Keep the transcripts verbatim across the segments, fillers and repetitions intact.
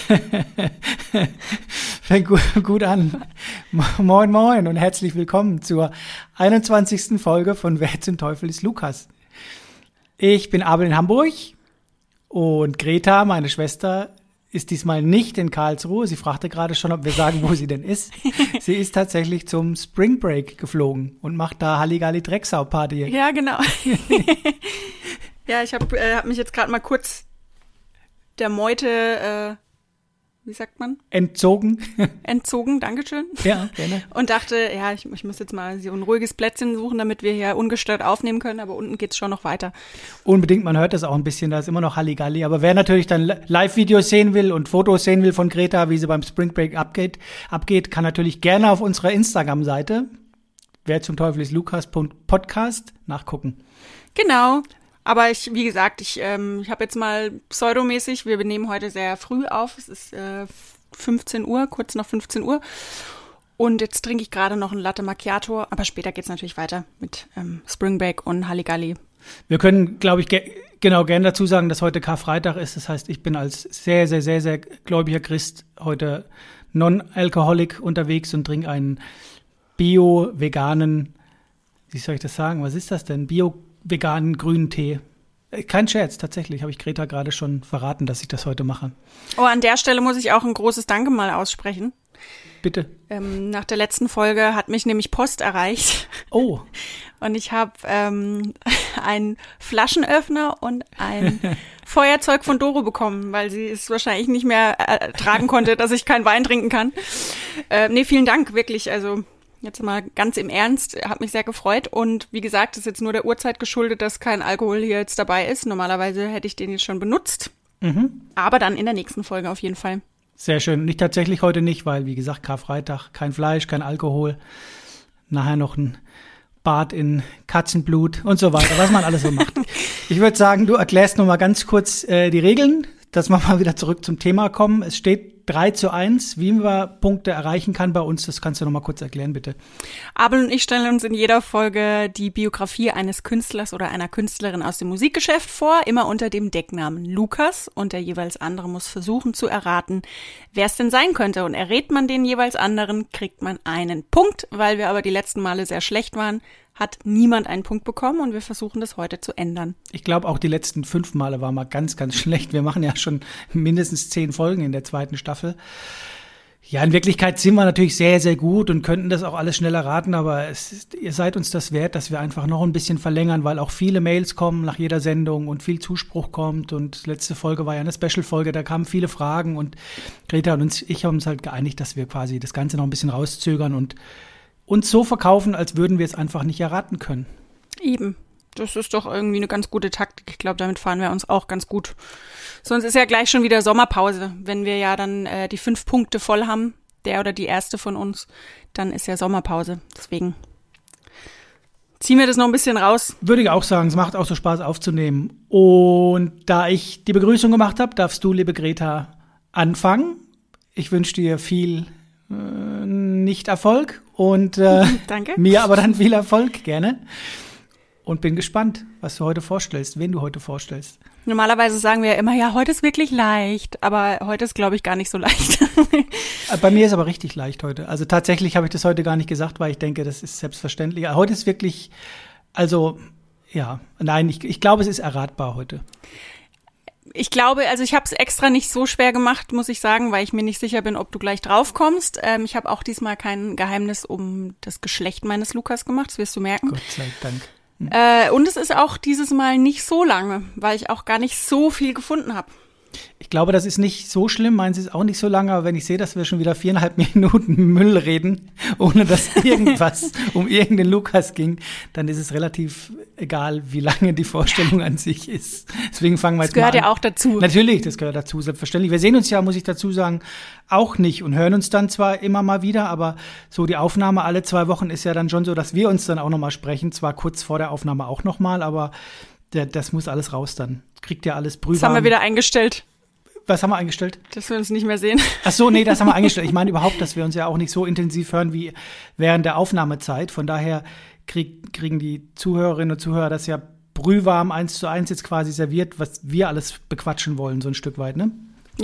Fängt gut, gut an. Moin, moin und herzlich willkommen zur einundzwanzigsten Folge von Wer zum Teufel ist Lukas. Ich bin Abel in Hamburg und Greta, meine Schwester, ist diesmal nicht in Karlsruhe. Sie fragte gerade schon, ob wir sagen, wo sie denn ist. Sie ist tatsächlich zum Spring Break geflogen und macht da Halligalli Drecksau Party. Ja, genau. Ja, ich habe äh, hab mich jetzt gerade mal kurz der Meute, äh, wie sagt man? Entzogen. Entzogen, Dankeschön. Ja, gerne. Und dachte, ja, ich, ich muss jetzt mal so ein ruhiges Plätzchen suchen, damit wir hier ungestört aufnehmen können, aber unten geht's schon noch weiter. Unbedingt, man hört das auch ein bisschen, da ist immer noch Halligalli. Aber wer natürlich dann Live-Videos sehen will und Fotos sehen will von Greta, wie sie beim Spring Break abgeht, abgeht kann natürlich gerne auf unserer Instagram-Seite, wer zum Teufel ist Lukas.podcast, nachgucken. Genau. Aber ich, wie gesagt, ich, ähm, ich habe jetzt mal pseudomäßig, wir nehmen heute sehr früh auf, es ist äh, fünfzehn Uhr, kurz nach fünfzehn Uhr. Und jetzt trinke ich gerade noch ein Latte Macchiato, aber später geht's natürlich weiter mit ähm, Spring Break und Halligalli. Wir können, glaube ich, ge- genau gerne dazu sagen, dass heute Karfreitag ist. Das heißt, ich bin als sehr, sehr, sehr, sehr gläubiger Christ heute non-alcoholic unterwegs und trinke einen bio-veganen, wie soll ich das sagen, was ist das denn? Bio veganen grünen Tee. Kein Scherz, tatsächlich. Habe ich Greta gerade schon verraten, dass ich das heute mache. Oh, an der Stelle muss ich auch ein großes Danke mal aussprechen. Bitte. Ähm, nach der letzten Folge hat mich nämlich Post erreicht. Oh. Und ich habe ähm, einen Flaschenöffner und ein Feuerzeug von Doro bekommen, weil sie es wahrscheinlich nicht mehr ertragen konnte, dass ich keinen Wein trinken kann. Äh, nee, vielen Dank, wirklich. Also jetzt mal ganz im Ernst, hat mich sehr gefreut und wie gesagt, ist jetzt nur der Uhrzeit geschuldet, dass kein Alkohol hier jetzt dabei ist. Normalerweise hätte ich den jetzt schon benutzt, mhm. aber dann in der nächsten Folge auf jeden Fall. Sehr schön. Ich tatsächlich heute nicht, weil wie gesagt, Karfreitag, kein Fleisch, kein Alkohol, nachher noch ein Bad in Katzenblut und so weiter, was man alles so macht. Ich würde sagen, du erklärst noch mal ganz kurz äh, die Regeln, dass wir mal wieder zurück zum Thema kommen. Es steht drei zu eins. Wie man Punkte erreichen kann bei uns, das kannst du noch mal kurz erklären, bitte. Abel und ich stellen uns in jeder Folge die Biografie eines Künstlers oder einer Künstlerin aus dem Musikgeschäft vor, immer unter dem Decknamen Lukas. Und der jeweils andere muss versuchen zu erraten, wer es denn sein könnte. Und errät man den jeweils anderen, kriegt man einen Punkt. Weil wir aber die letzten Male sehr schlecht waren, hat niemand einen Punkt bekommen und wir versuchen das heute zu ändern. Ich glaube, auch die letzten fünf Male waren mal ganz, ganz schlecht. Wir machen ja schon mindestens zehn Folgen in der zweiten Staffel. Ja, in Wirklichkeit sind wir natürlich sehr, sehr gut und könnten das auch alles schneller raten, aber es ist, ihr seid uns das wert, dass wir einfach noch ein bisschen verlängern, weil auch viele Mails kommen nach jeder Sendung und viel Zuspruch kommt und letzte Folge war ja eine Special-Folge, da kamen viele Fragen und Greta und uns, ich haben uns halt geeinigt, dass wir quasi das Ganze noch ein bisschen rauszögern und uns so verkaufen, als würden wir es einfach nicht erraten können. Eben. Das ist doch irgendwie eine ganz gute Taktik. Ich glaube, damit fahren wir uns auch ganz gut. Sonst ist ja gleich schon wieder Sommerpause. Wenn wir ja dann äh, die fünf Punkte voll haben, der oder die erste von uns, dann ist ja Sommerpause. Deswegen ziehen wir das noch ein bisschen raus. Würde ich auch sagen, es macht auch so Spaß aufzunehmen. Und da ich die Begrüßung gemacht habe, darfst du, liebe Greta, anfangen. Ich wünsche dir viel äh, Nicht-Erfolg und äh, Danke. Mir aber dann viel Erfolg, gerne. Und bin gespannt, was du heute vorstellst, wen du heute vorstellst. Normalerweise sagen wir ja immer, ja, heute ist wirklich leicht, aber heute ist, glaube ich, gar nicht so leicht. Bei mir ist aber richtig leicht heute. Also tatsächlich habe ich das heute gar nicht gesagt, weil ich denke, das ist selbstverständlich. Heute ist wirklich, also ja, nein, ich, ich glaube, es ist erratbar heute. Ich glaube, also ich habe es extra nicht so schwer gemacht, muss ich sagen, weil ich mir nicht sicher bin, ob du gleich drauf kommst. Ähm, ich habe auch diesmal kein Geheimnis um das Geschlecht meines Lukas gemacht, das wirst du merken. Gott sei Dank. Hm. Äh, und es ist auch dieses Mal nicht so lange, weil ich auch gar nicht so viel gefunden habe. Ich glaube, das ist nicht so schlimm, meins ist auch nicht so lange, aber wenn ich sehe, dass wir schon wieder viereinhalb Minuten Müll reden, ohne dass irgendwas um irgendeinen Lukas ging, dann ist es relativ egal, wie lange die Vorstellung an sich ist. Deswegen fangen wir jetzt mal an. Das gehört ja auch dazu. Natürlich, das gehört dazu, selbstverständlich. Wir sehen uns ja, muss ich dazu sagen, auch nicht und hören uns dann zwar immer mal wieder, aber so die Aufnahme alle zwei Wochen ist ja dann schon so, dass wir uns dann auch noch mal sprechen, zwar kurz vor der Aufnahme auch noch mal, aber der, das muss alles raus dann. Kriegt ja alles prüfbar. Das haben wir wieder eingestellt. Was haben wir eingestellt? Dass wir uns nicht mehr sehen. Ach so, nee, das haben wir eingestellt. Ich meine überhaupt, dass wir uns ja auch nicht so intensiv hören wie während der Aufnahmezeit. Von daher krieg, kriegen die Zuhörerinnen und Zuhörer das ja brühwarm eins zu eins jetzt quasi serviert, was wir alles bequatschen wollen, so ein Stück weit, ne? Ja.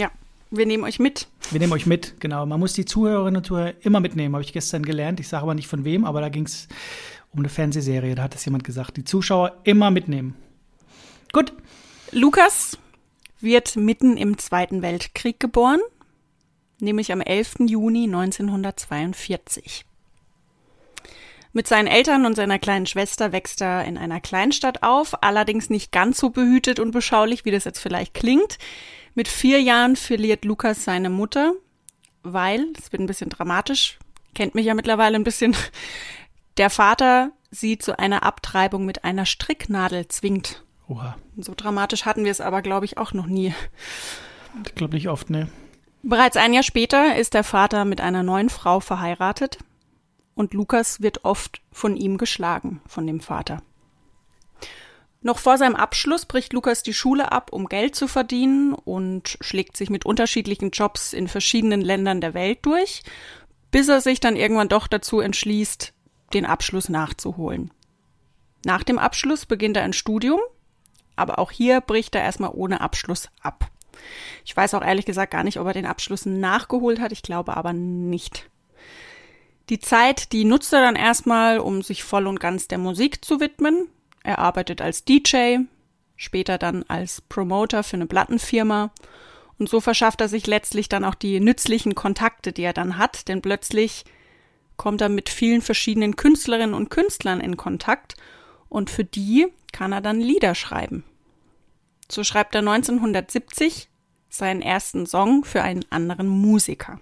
Wir nehmen euch mit. Wir nehmen euch mit, genau. Man muss die Zuhörerinnen und Zuhörer immer mitnehmen, habe ich gestern gelernt. Ich sage aber nicht von wem, aber da ging es um eine Fernsehserie, da hat es jemand gesagt. Die Zuschauer immer mitnehmen. Gut. Lukas wird mitten im Zweiten Weltkrieg geboren, nämlich am elften Juni neunzehnhundertzweiundvierzig. Mit seinen Eltern und seiner kleinen Schwester wächst er in einer Kleinstadt auf, allerdings nicht ganz so behütet und beschaulich, wie das jetzt vielleicht klingt. Mit vier Jahren verliert Lukas seine Mutter, weil, das wird ein bisschen dramatisch, kennt mich ja mittlerweile ein bisschen, der Vater sie zu einer Abtreibung mit einer Stricknadel zwingt. Oha. So dramatisch hatten wir es aber, glaube ich, auch noch nie. Ich glaube nicht oft, ne? Bereits ein Jahr später ist der Vater mit einer neuen Frau verheiratet und Lukas wird oft von ihm geschlagen, von dem Vater. Noch vor seinem Abschluss bricht Lukas die Schule ab, um Geld zu verdienen und schlägt sich mit unterschiedlichen Jobs in verschiedenen Ländern der Welt durch, bis er sich dann irgendwann doch dazu entschließt, den Abschluss nachzuholen. Nach dem Abschluss beginnt er ein Studium, aber auch hier bricht er erstmal ohne Abschluss ab. Ich weiß auch ehrlich gesagt gar nicht, ob er den Abschluss nachgeholt hat, ich glaube aber nicht. Die Zeit, die nutzt er dann erstmal, um sich voll und ganz der Musik zu widmen. Er arbeitet als D J, später dann als Promoter für eine Plattenfirma und so verschafft er sich letztlich dann auch die nützlichen Kontakte, die er dann hat, denn plötzlich kommt er mit vielen verschiedenen Künstlerinnen und Künstlern in Kontakt und für die kann er dann Lieder schreiben. So schreibt er neunzehnhundertsiebzig seinen ersten Song für einen anderen Musiker.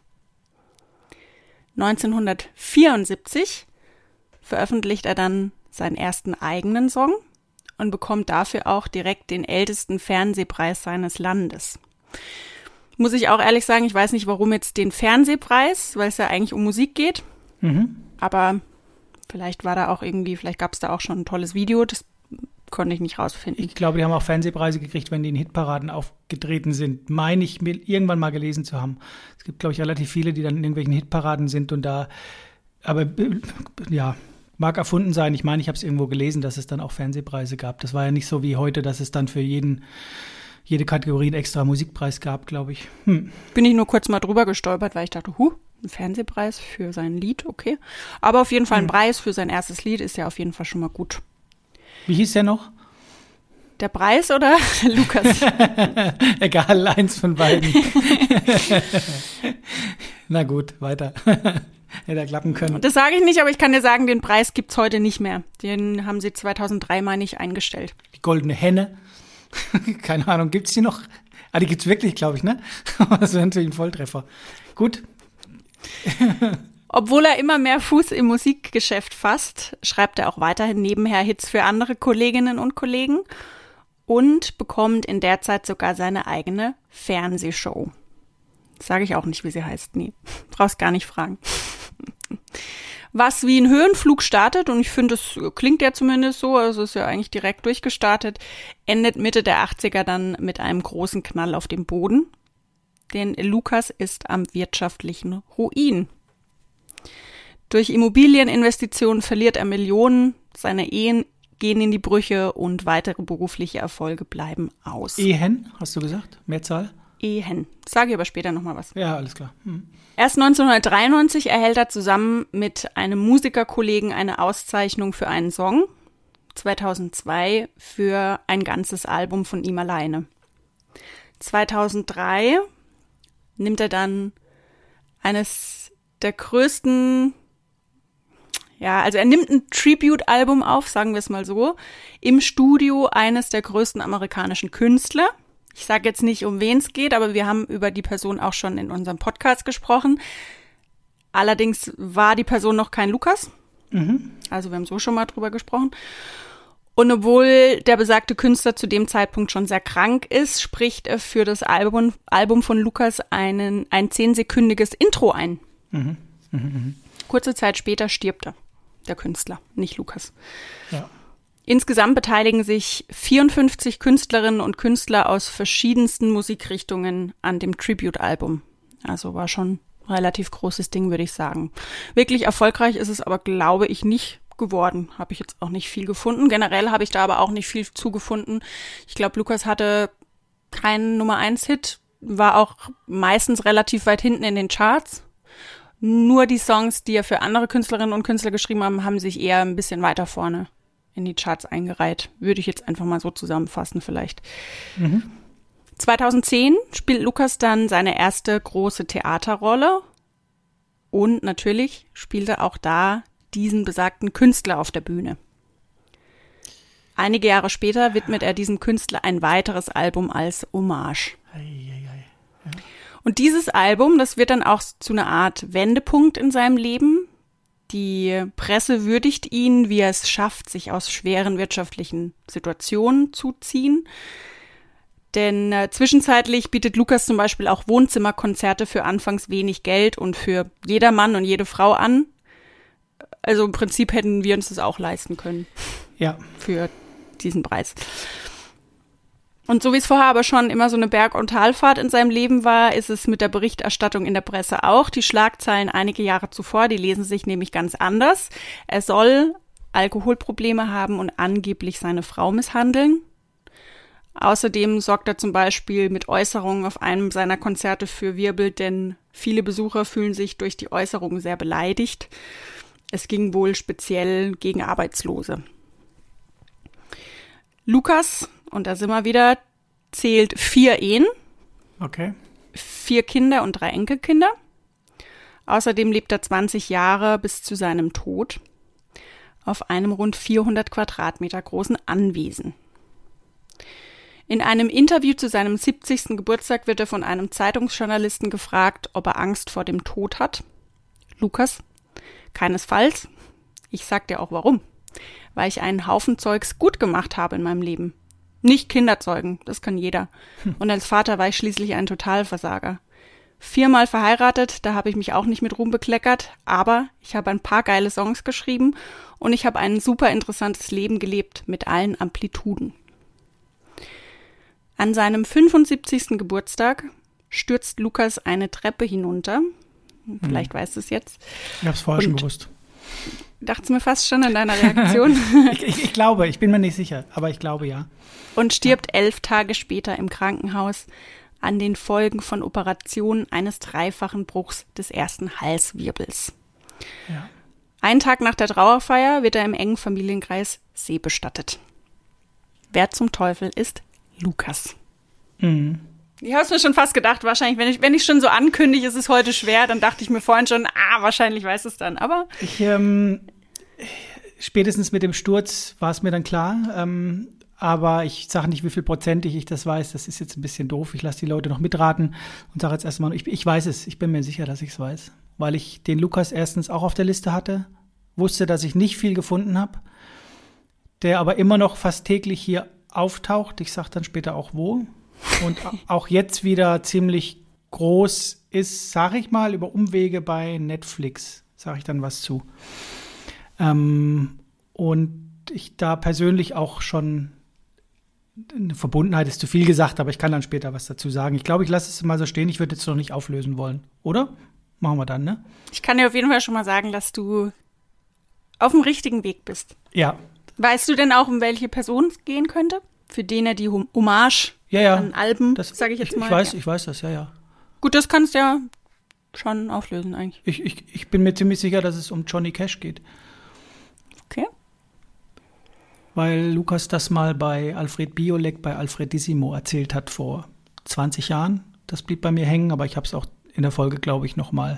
neunzehnhundertvierundsiebzig veröffentlicht er dann seinen ersten eigenen Song und bekommt dafür auch direkt den ältesten Fernsehpreis seines Landes. Muss ich auch ehrlich sagen, ich weiß nicht, warum jetzt den Fernsehpreis, weil es ja eigentlich um Musik geht. Mhm. Aber vielleicht war da auch irgendwie, vielleicht gab es da auch schon ein tolles Video, das konnte ich nicht rausfinden. Ich glaube, die haben auch Fernsehpreise gekriegt, wenn die in Hitparaden aufgetreten sind. Meine ich, mir irgendwann mal gelesen zu haben. Es gibt, glaube ich, relativ viele, die dann in irgendwelchen Hitparaden sind und da, aber ja, mag erfunden sein. Ich meine, ich habe es irgendwo gelesen, dass es dann auch Fernsehpreise gab. Das war ja nicht so wie heute, dass es dann für jeden, jede Kategorie einen extra Musikpreis gab, glaube ich. Hm. Bin ich nur kurz mal drüber gestolpert, weil ich dachte, huh, ein Fernsehpreis für sein Lied, okay. Aber auf jeden Fall ein hm. Preis für sein erstes Lied ist ja auf jeden Fall schon mal gut. Wie hieß der noch? Der Preis oder Lukas? Egal, eins von beiden. Na gut, weiter. Hätte er klappen können. Das sage ich nicht, aber ich kann dir sagen, den Preis gibt's heute nicht mehr. Den haben sie zweitausenddrei, meine ich, eingestellt. Die goldene Henne. Keine Ahnung, gibt's die noch? Ah, die gibt's wirklich, glaube ich, ne? Das wäre natürlich ein Volltreffer. Gut. Obwohl er immer mehr Fuß im Musikgeschäft fasst, schreibt er auch weiterhin nebenher Hits für andere Kolleginnen und Kollegen und bekommt in der Zeit sogar seine eigene Fernsehshow. Sage ich auch nicht, wie sie heißt. Nee, brauchst gar nicht fragen. Was wie ein Höhenflug startet, und ich finde, es klingt ja zumindest so, also ist ja eigentlich direkt durchgestartet, endet Mitte der achtziger dann mit einem großen Knall auf dem Boden. Denn Lukas ist am wirtschaftlichen Ruin. Durch Immobilieninvestitionen verliert er Millionen, seine Ehen gehen in die Brüche und weitere berufliche Erfolge bleiben aus. Ehen, hast du gesagt? Mehrzahl? Ehen. Sage ich aber später nochmal was. Ja, alles klar. Hm. Erst neunzehnhundertdreiundneunzig erhält er zusammen mit einem Musikerkollegen eine Auszeichnung für einen Song, zweitausendzwei für ein ganzes Album von ihm alleine. zweitausenddrei nimmt er dann eines der größten, ja, also er nimmt ein Tribute-Album auf, sagen wir es mal so, im Studio eines der größten amerikanischen Künstler. Ich sage jetzt nicht, um wen es geht, aber wir haben über die Person auch schon in unserem Podcast gesprochen. Allerdings war die Person noch kein Lukas. Mhm. Also wir haben so schon mal drüber gesprochen. Und obwohl der besagte Künstler zu dem Zeitpunkt schon sehr krank ist, spricht er für das Album, Album von Lukas einen, ein zehnsekündiges Intro ein. Mhm. Mhm, mhm. Kurze Zeit später stirbt er, der Künstler, nicht Lukas. Ja. Insgesamt beteiligen sich vierundfünfzig Künstlerinnen und Künstler aus verschiedensten Musikrichtungen an dem Tribute-Album. Also war schon ein relativ großes Ding, würde ich sagen. Wirklich erfolgreich ist es aber, glaube ich, nicht geworden. Habe ich jetzt auch nicht viel gefunden. Generell habe ich da aber auch nicht viel zugefunden. Ich glaube, Lukas hatte keinen Nummer eins Hit war auch meistens relativ weit hinten in den Charts. Nur die Songs, die er für andere Künstlerinnen und Künstler geschrieben haben, haben sich eher ein bisschen weiter vorne in die Charts eingereiht. Würde ich jetzt einfach mal so zusammenfassen vielleicht. Mhm. zweitausendzehn spielt Lukas dann seine erste große Theaterrolle. Und natürlich spielt er auch da diesen besagten Künstler auf der Bühne. Einige Jahre später widmet er diesem Künstler ein weiteres Album als Hommage. Ei, ei, ei. Ja. Und dieses Album, das wird dann auch zu einer Art Wendepunkt in seinem Leben. Die Presse würdigt ihn, wie er es schafft, sich aus schweren wirtschaftlichen Situationen zu ziehen. Denn äh, zwischenzeitlich bietet Lukas zum Beispiel auch Wohnzimmerkonzerte für anfangs wenig Geld und für jeder Mann und jede Frau an. Also im Prinzip hätten wir uns das auch leisten können. Ja. Für diesen Preis. Und so wie es vorher aber schon immer so eine Berg- und Talfahrt in seinem Leben war, ist es mit der Berichterstattung in der Presse auch. Die Schlagzeilen einige Jahre zuvor, die lesen sich nämlich ganz anders. Er soll Alkoholprobleme haben und angeblich seine Frau misshandeln. Außerdem sorgt er zum Beispiel mit Äußerungen auf einem seiner Konzerte für Wirbel, denn viele Besucher fühlen sich durch die Äußerungen sehr beleidigt. Es ging wohl speziell gegen Arbeitslose. Lukas, und da sind wir wieder, zählt vier Ehen, okay. vier Kinder und drei Enkelkinder. Außerdem lebt er zwanzig Jahre bis zu seinem Tod auf einem rund vierhundert Quadratmeter großen Anwesen. In einem Interview zu seinem siebzigsten Geburtstag wird er von einem Zeitungsjournalisten gefragt, ob er Angst vor dem Tod hat. Lukas: Keinesfalls. Ich sag dir auch warum. Weil ich einen Haufen Zeugs gut gemacht habe in meinem Leben. Nicht Kinder zeugen, das kann jeder. Hm. Und als Vater war ich schließlich ein Totalversager. Viermal verheiratet, da habe ich mich auch nicht mit Ruhm bekleckert, aber ich habe ein paar geile Songs geschrieben und ich habe ein super interessantes Leben gelebt mit allen Amplituden. An seinem fünfundsiebzigsten Geburtstag stürzt Lukas eine Treppe hinunter. Vielleicht hm. weißt du es jetzt. Ich habe es vorher und schon gewusst. Dachte es mir fast schon in deiner Reaktion. ich, ich, ich glaube, ich bin mir nicht sicher, aber ich glaube ja. Und stirbt ja. elf Tage später im Krankenhaus an den Folgen von Operationen eines dreifachen Bruchs des ersten Halswirbels. Ja. Einen Tag nach der Trauerfeier wird er im engen Familienkreis seebestattet. Wer zum Teufel ist Lukas? Mhm. Ich habe es mir schon fast gedacht, wahrscheinlich, wenn ich, wenn ich schon so ankündige, es ist heute schwer, dann dachte ich mir vorhin schon, ah, wahrscheinlich weiß es dann, aber... Ich, ähm, spätestens mit dem Sturz war es mir dann klar, ähm, aber ich sage nicht, wie viel prozentig ich das weiß, das ist jetzt ein bisschen doof, ich lasse die Leute noch mitraten und sage jetzt erstmal, ich, ich weiß es, ich bin mir sicher, dass ich es weiß, weil ich den Lukas erstens auch auf der Liste hatte, wusste, dass ich nicht viel gefunden habe, der aber immer noch fast täglich hier auftaucht, ich sage dann später auch wo, und auch jetzt wieder ziemlich groß ist, sage ich mal, über Umwege bei Netflix, sage ich dann was zu. Ähm, und ich da persönlich auch schon, eine Verbundenheit ist zu viel gesagt, aber ich kann dann später was dazu sagen. Ich glaube, ich lasse es mal so stehen, ich würde jetzt noch nicht auflösen wollen, oder? Machen wir dann, ne? Ich kann dir auf jeden Fall schon mal sagen, dass du auf dem richtigen Weg bist. Ja. Weißt du denn auch, um welche Person es gehen könnte? Für den er die Hommage ja, ja. an Alben, das sage ich jetzt ich, mal. Ich weiß, ja. ich weiß das, ja, ja. Gut, das kannst du ja schon auflösen eigentlich. Ich, ich, ich bin mir ziemlich sicher, dass es um Johnny Cash geht. Okay. Weil Lukas das mal bei Alfred Biolek, bei Alfredissimo erzählt hat vor zwanzig Jahren. Das blieb bei mir hängen, aber ich habe es auch in der Folge, glaube ich, noch mal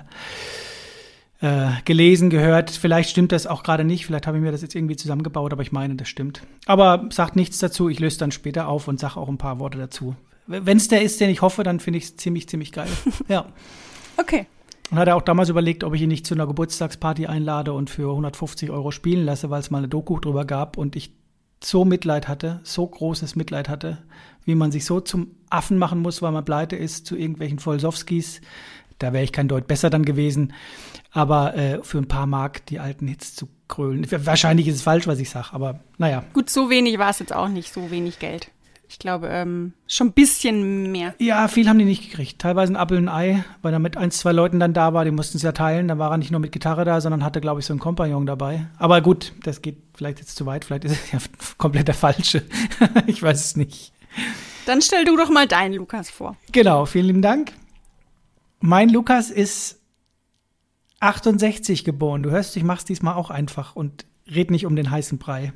äh, gelesen, gehört. Vielleicht stimmt das auch gerade nicht, vielleicht habe ich mir das jetzt irgendwie zusammengebaut, aber ich meine, das stimmt. Aber sagt nichts dazu, ich löse dann später auf und sage auch ein paar Worte dazu. Wenn es der ist, den ich hoffe, dann finde ich es ziemlich, ziemlich geil. Ja. Okay. Und hat er auch damals überlegt, ob ich ihn nicht zu einer Geburtstagsparty einlade und für hundertfünfzig Euro spielen lasse, weil es mal eine Doku drüber gab und ich so Mitleid hatte, so großes Mitleid hatte, wie man sich so zum Affen machen muss, weil man pleite ist, zu irgendwelchen Wolsowskis. Da wäre ich kein Deut besser dann gewesen. Aber äh, für ein paar Mark die alten Hits zu krölen. Wahrscheinlich ist es falsch, was ich sage, aber naja. Gut, so wenig war es jetzt auch nicht, so wenig Geld. Ich glaube, ähm, schon ein bisschen mehr. Ja, viel haben die nicht gekriegt. Teilweise ein Apfel und ein Ei, weil er mit ein, zwei Leuten dann da war, die mussten es ja teilen. Da war er nicht nur mit Gitarre da, sondern hatte, glaube ich, so einen Kompagnon dabei. Aber gut, das geht vielleicht jetzt zu weit. Vielleicht ist es ja komplett der Falsche. Ich weiß es nicht. Dann stell du doch mal deinen Lukas vor. Genau, vielen lieben Dank. Mein Lukas ist achtundsechzig geboren. Du hörst, ich mach's diesmal auch einfach und red nicht um den heißen Brei.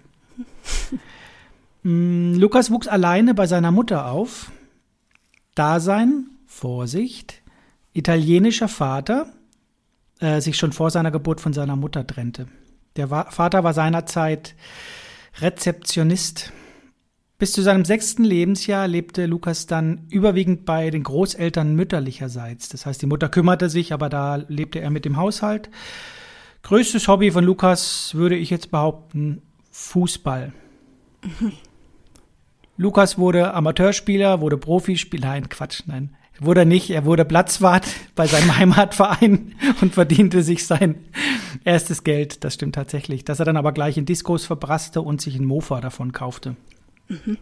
Lukas wuchs alleine bei seiner Mutter auf. Dasein, Vorsicht, italienischer Vater, äh, sich schon vor seiner Geburt von seiner Mutter trennte. Der war, Vater war seinerzeit Rezeptionist. Bis zu seinem sechsten Lebensjahr lebte Lukas dann überwiegend bei den Großeltern mütterlicherseits. Das heißt, die Mutter kümmerte sich, aber da lebte er mit dem Haushalt. Größtes Hobby von Lukas, würde ich jetzt behaupten, Fußball. Mhm. Lukas wurde Amateurspieler, wurde Profispieler, nein, Quatsch, nein, wurde nicht. Er wurde Platzwart bei seinem Heimatverein und verdiente sich sein erstes Geld, das stimmt tatsächlich, das er dann aber gleich in Diskos verbrasste und sich einen Mofa davon kaufte. Mhm.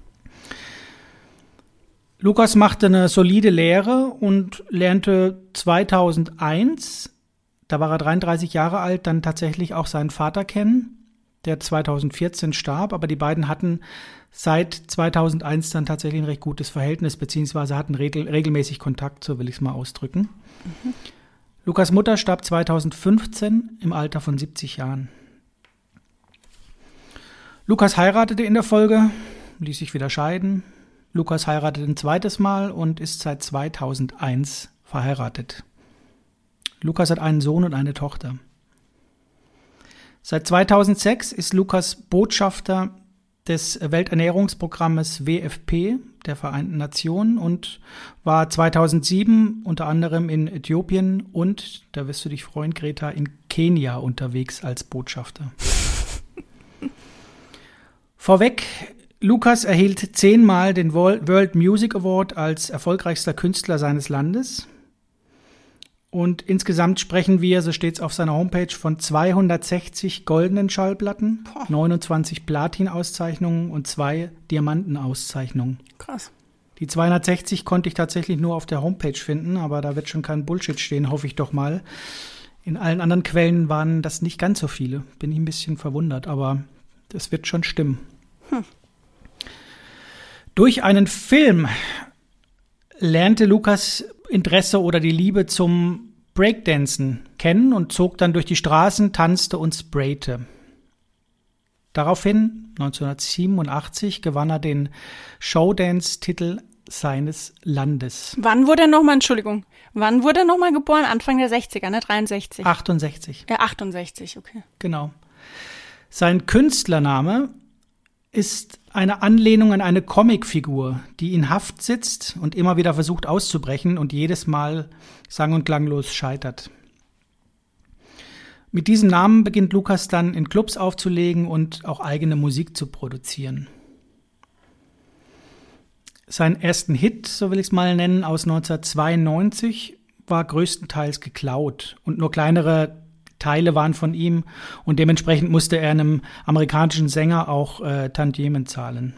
Lukas machte eine solide Lehre und lernte zweitausendeins, da war er dreiunddreißig Jahre alt, dann tatsächlich auch seinen Vater kennen, der zweitausendvierzehn starb, aber die beiden hatten seit zweitausendeins dann tatsächlich ein recht gutes Verhältnis, beziehungsweise hatten regel- regelmäßig Kontakt, so will ich es mal ausdrücken. Mhm. Lukas' Mutter starb zweitausendfünfzehn im Alter von siebzig Jahren. Lukas heiratete in der Folge, ließ sich wieder scheiden. Lukas heiratete ein zweites Mal und ist seit zweitausendeins verheiratet. Lukas hat einen Sohn und eine Tochter. Seit zweitausendsechs ist Lukas Botschafter des Welternährungsprogrammes W F P der Vereinten Nationen und war zweitausendsieben unter anderem in Äthiopien und, da wirst du dich freuen, Greta, in Kenia unterwegs als Botschafter. Vorweg, Lukas erhielt zehnmal den World Music Award als erfolgreichster Künstler seines Landes. Und insgesamt sprechen wir, so steht es auf seiner Homepage, von zweihundertsechzig goldenen Schallplatten, Boah. neunundzwanzig Platin-Auszeichnungen und zwei Diamanten-Auszeichnungen. Krass. Die zweihundertsechzig konnte ich tatsächlich nur auf der Homepage finden, aber da wird schon kein Bullshit stehen, hoffe ich doch mal. In allen anderen Quellen waren das nicht ganz so viele. Bin ich ein bisschen verwundert, aber das wird schon stimmen. Hm. Durch einen Film lernte Lukas Interesse oder die Liebe zum Breakdancen kennen und zog dann durch die Straßen, tanzte und sprayte. Daraufhin, neunzehnhundertsiebenundachtzig, gewann er den Showdance-Titel seines Landes. Wann wurde er nochmal, Entschuldigung, wann wurde er nochmal geboren? Anfang der sechziger, ne? dreiundsechzig? achtundsechzig. Ja, achtundsechzig, okay. Genau. Sein Künstlername ist eine Anlehnung an eine Comicfigur, die in Haft sitzt und immer wieder versucht auszubrechen und jedes Mal sang- und klanglos scheitert. Mit diesem Namen beginnt Lukas dann in Clubs aufzulegen und auch eigene Musik zu produzieren. Sein ersten Hit, so will ich es mal nennen, aus neunzehnhundertzweiundneunzig war größtenteils geklaut und nur kleinere Teile waren von ihm und dementsprechend musste er einem amerikanischen Sänger auch äh, Tantiemen zahlen.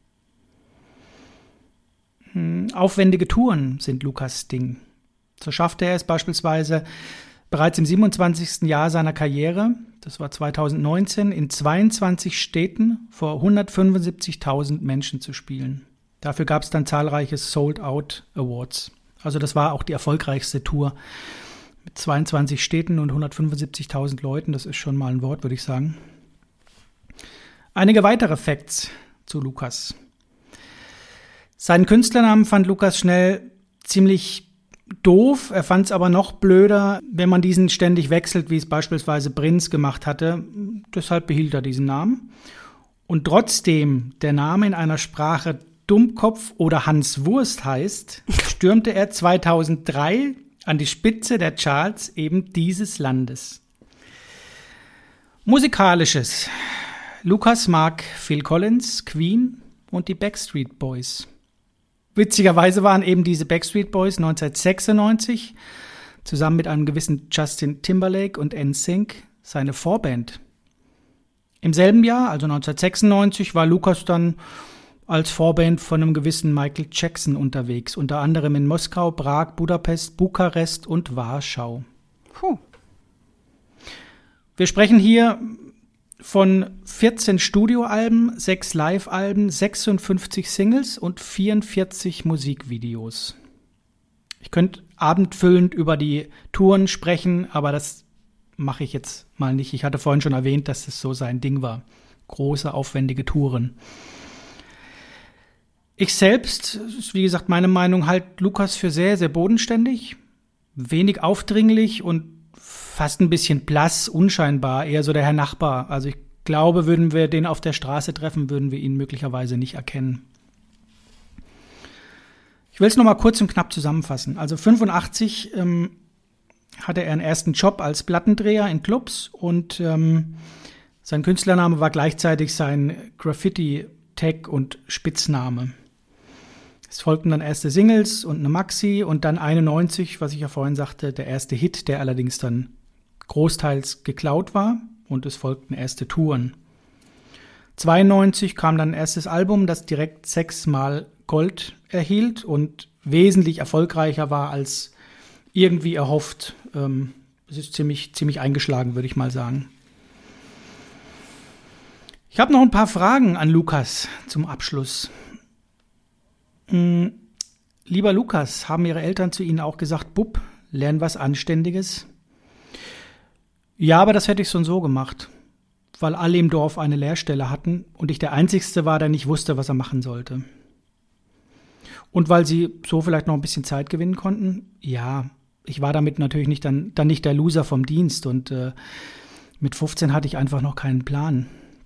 Hm, aufwendige Touren sind Lukas' Ding. So schaffte er es beispielsweise bereits im siebenundzwanzigsten Jahr seiner Karriere, das war zweitausendneunzehn, in zweiundzwanzig Städten vor hundertfünfundsiebzigtausend Menschen zu spielen. Dafür gab es dann zahlreiche Sold-Out Awards. Also das war auch die erfolgreichste Tour. Mit zweiundzwanzig Städten und hundertfünfundsiebzigtausend Leuten, das ist schon mal ein Wort, würde ich sagen. Einige weitere Facts zu Lukas. Seinen Künstlernamen fand Lukas schnell ziemlich doof, er fand es aber noch blöder, wenn man diesen ständig wechselt, wie es beispielsweise Prinz gemacht hatte. Deshalb behielt er diesen Namen. Und trotzdem der Name in einer Sprache Dummkopf oder Hans Wurst heißt, stürmte er zweitausenddrei an die Spitze der Charts eben dieses Landes. Musikalisches. Lukas mag Phil Collins, Queen und die Backstreet Boys. Witzigerweise waren eben diese Backstreet Boys neunzehnhundertsechsundneunzig zusammen mit einem gewissen Justin Timberlake und N Sync seine Vorband. Im selben Jahr, also neunzehnhundertsechsundneunzig, war Lukas dann als Vorband von einem gewissen Michael Jackson unterwegs, unter anderem in Moskau, Prag, Budapest, Bukarest und Warschau. Puh. Wir sprechen hier von vierzehn Studioalben, sechs Live-Alben, sechsundfünfzig Singles und vierundvierzig Musikvideos. Ich könnte abendfüllend über die Touren sprechen, aber das mache ich jetzt mal nicht. Ich hatte vorhin schon erwähnt, dass das so sein Ding war. Große, aufwendige Touren. Ich selbst, ist wie gesagt meine Meinung, halte Lukas für sehr, sehr bodenständig, wenig aufdringlich und fast ein bisschen blass, unscheinbar, eher so der Herr Nachbar. Also ich glaube, würden wir den auf der Straße treffen, würden wir ihn möglicherweise nicht erkennen. Ich will es nochmal kurz und knapp zusammenfassen. Also fünfundachtzig ähm, hatte er einen ersten Job als Plattendreher in Clubs und ähm, sein Künstlername war gleichzeitig sein Graffiti-Tag und Spitzname. Es folgten dann erste Singles und eine Maxi und dann einundneunzig, was ich ja vorhin sagte, der erste Hit, der allerdings dann großteils geklaut war und es folgten erste Touren. zweiundneunzig kam dann ein erstes Album, das direkt sechsmal Gold erhielt und wesentlich erfolgreicher war als irgendwie erhofft. Ähm, es ist ziemlich, ziemlich eingeschlagen, würde ich mal sagen. Ich habe noch ein paar Fragen an Lukas zum Abschluss. Lieber Lukas, haben Ihre Eltern zu Ihnen auch gesagt, Bub, lern was Anständiges? Ja, aber das hätte ich so und so gemacht, weil alle im Dorf eine Lehrstelle hatten und ich der Einzigste war, der nicht wusste, was er machen sollte. Und weil sie so vielleicht noch ein bisschen Zeit gewinnen konnten? Ja, ich war damit natürlich nicht dann, dann nicht der Loser vom Dienst und äh, mit fünfzehn hatte ich einfach noch keinen Plan.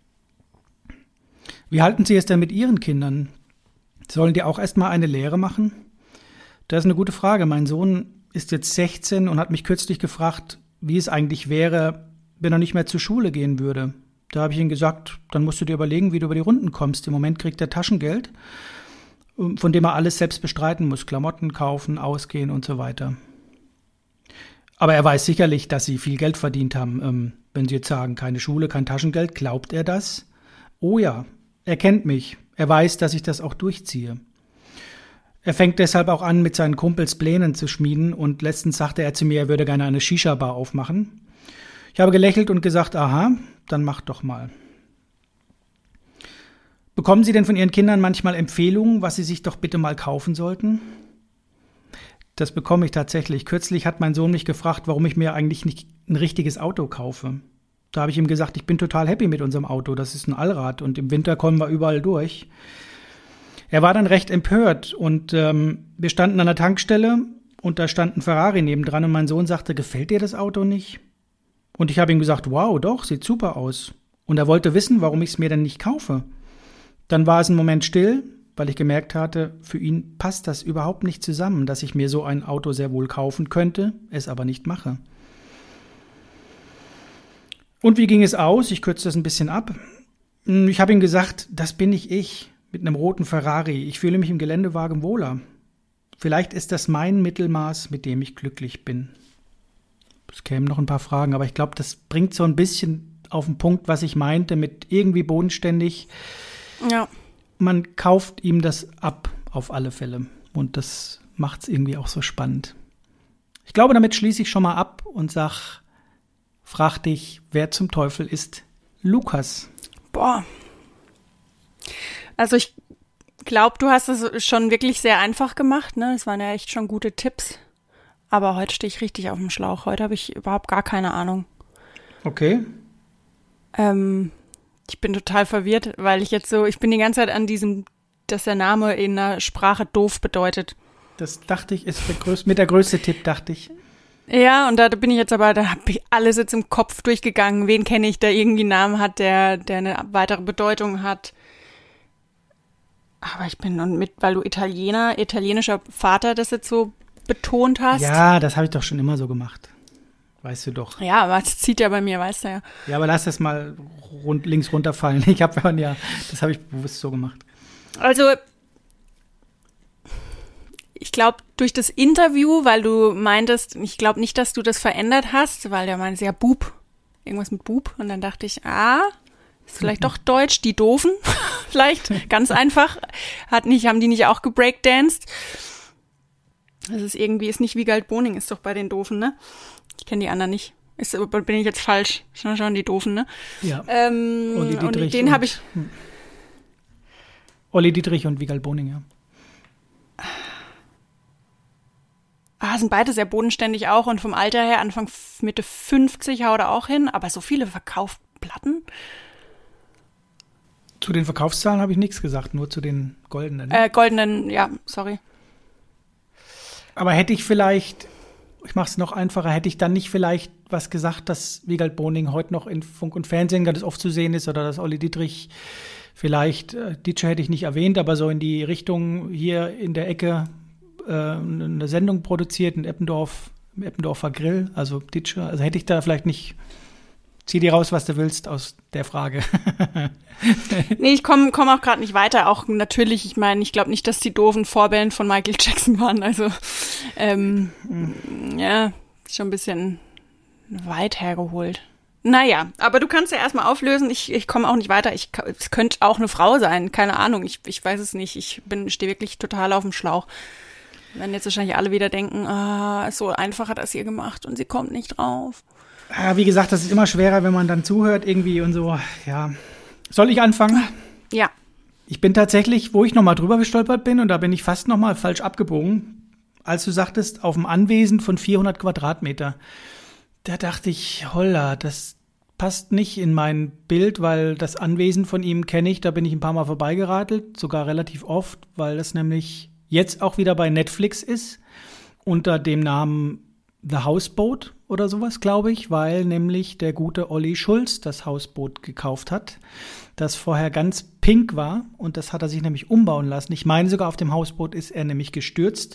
Wie halten Sie es denn mit Ihren Kindern? Sollen die auch erstmal eine Lehre machen? Das ist eine gute Frage. Mein Sohn ist jetzt sechzehn und hat mich kürzlich gefragt, wie es eigentlich wäre, wenn er nicht mehr zur Schule gehen würde. Da habe ich ihm gesagt, dann musst du dir überlegen, wie du über die Runden kommst. Im Moment kriegt er Taschengeld, von dem er alles selbst bestreiten muss. Klamotten kaufen, ausgehen und so weiter. Aber er weiß sicherlich, dass sie viel Geld verdient haben. Wenn sie jetzt sagen, keine Schule, kein Taschengeld, glaubt er das? Oh ja, er kennt mich. Er weiß, dass ich das auch durchziehe. Er fängt deshalb auch an, mit seinen Kumpels Pläne zu schmieden und letztens sagte er zu mir, er würde gerne eine Shisha-Bar aufmachen. Ich habe gelächelt und gesagt, aha, dann mach doch mal. Bekommen Sie denn von Ihren Kindern manchmal Empfehlungen, was sie sich doch bitte mal kaufen sollten? Das bekomme ich tatsächlich. Kürzlich hat mein Sohn mich gefragt, warum ich mir eigentlich nicht ein richtiges Auto kaufe. Da habe ich ihm gesagt, ich bin total happy mit unserem Auto. Das ist ein Allrad und im Winter kommen wir überall durch. Er war dann recht empört und ähm, wir standen an der Tankstelle und da stand ein Ferrari nebendran und mein Sohn sagte, gefällt dir das Auto nicht? Und ich habe ihm gesagt, wow, doch, sieht super aus. Und er wollte wissen, warum ich es mir denn nicht kaufe. Dann war es ein Moment still, weil ich gemerkt hatte, für ihn passt das überhaupt nicht zusammen, dass ich mir so ein Auto sehr wohl kaufen könnte, es aber nicht mache. Und wie ging es aus? Ich kürze das ein bisschen ab. Ich habe ihm gesagt, das bin nicht ich mit einem roten Ferrari. Ich fühle mich im Geländewagen wohler. Vielleicht ist das mein Mittelmaß, mit dem ich glücklich bin. Es kämen noch ein paar Fragen, aber ich glaube, das bringt so ein bisschen auf den Punkt, was ich meinte, mit irgendwie bodenständig. Ja. Man kauft ihm das ab, auf alle Fälle. Und das macht es irgendwie auch so spannend. Ich glaube, damit schließe ich schon mal ab und sage, frag dich, wer zum Teufel ist Lukas? Boah. Also ich glaube, du hast es schon wirklich sehr einfach gemacht, ne? Das waren ja echt schon gute Tipps. Aber heute stehe ich richtig auf dem Schlauch. Heute habe ich überhaupt gar keine Ahnung. Okay. Ähm, ich bin total verwirrt, weil ich jetzt so, ich bin die ganze Zeit an diesem, dass der Name in einer Sprache doof bedeutet. Das dachte ich, ist der größte, mit der größte Tipp, dachte ich. Ja, und da bin ich jetzt aber, da habe ich alles jetzt im Kopf durchgegangen. Wen kenne ich, der irgendwie einen Namen hat, der, der eine weitere Bedeutung hat. Aber ich bin, und mit, weil du Italiener, italienischer Vater das jetzt so betont hast. Ja, das habe ich doch schon immer so gemacht. Weißt du doch. Ja, aber es zieht ja bei mir, weißt du ja. Ja, aber lass das mal rund, links runterfallen. Ich habe ja, das habe ich bewusst so gemacht. Also, ich glaube, durch das Interview, weil du meintest, ich glaube nicht, dass du das verändert hast, weil der meinte ja Bub, irgendwas mit Bub. Und dann dachte ich, ah, ist vielleicht doch Deutsch, die Doofen, vielleicht, ganz einfach. Hat nicht, haben die nicht auch gebreakdanced? Das ist irgendwie, ist nicht wie Wiegald Boning, ist doch bei den Doofen, ne? Ich kenne die anderen nicht. Ist, bin ich jetzt falsch? Schon schon die Doofen, ne? Ja. Ähm, Olli und Dietrich den und- habe ich. Olli Dietrich und Wiegald Boning, ja. Ah, sind beide sehr bodenständig auch und vom Alter her Anfang f- Mitte fünfzig haut er auch hin, aber so viele verkauft Platten? Zu den Verkaufszahlen habe ich nichts gesagt, nur zu den goldenen. Äh, goldenen, ja, sorry. Aber hätte ich vielleicht, ich mache es noch einfacher, hätte ich dann nicht vielleicht was gesagt, dass Wiegald Boning heute noch in Funk und Fernsehen ganz oft zu sehen ist oder dass Olli Dietrich vielleicht, äh, Ditsche hätte ich nicht erwähnt, aber so in die Richtung hier in der Ecke äh, eine Sendung produziert in Eppendorf, im Eppendorfer Grill, also Ditsche. Also hätte ich da vielleicht nicht, zieh dir raus, was du willst aus der Frage. Nee, ich komme komm auch gerade nicht weiter. Auch natürlich, ich meine, ich glaube nicht, dass die doofen Vorband von Michael Jackson waren. Also, ähm, mhm. ja, schon ein bisschen weit hergeholt. Naja, aber du kannst ja erstmal auflösen. Ich, ich komme auch nicht weiter. Ich, es könnte auch eine Frau sein. Keine Ahnung. Ich, ich weiß es nicht. Ich bin stehe wirklich total auf dem Schlauch. Wenn jetzt wahrscheinlich alle wieder denken, ah, so einfach hat er es ihr gemacht und sie kommt nicht drauf. Ja, wie gesagt, das ist immer schwerer, wenn man dann zuhört irgendwie und so, ja. Soll ich anfangen? Ja. Ich bin tatsächlich, wo ich nochmal drüber gestolpert bin, und da bin ich fast nochmal falsch abgebogen, als du sagtest, auf dem Anwesen von vierhundert Quadratmeter. Da dachte ich, holla, das passt nicht in mein Bild, weil das Anwesen von ihm kenne ich, da bin ich ein paar Mal vorbeigeradelt, sogar relativ oft, weil das nämlich jetzt auch wieder bei Netflix ist, unter dem Namen The Houseboat oder sowas, glaube ich, weil nämlich der gute Olli Schulz das Hausboot gekauft hat, das vorher ganz pink war, und das hat er sich nämlich umbauen lassen. Ich meine sogar, auf dem Hausboot ist er nämlich gestürzt,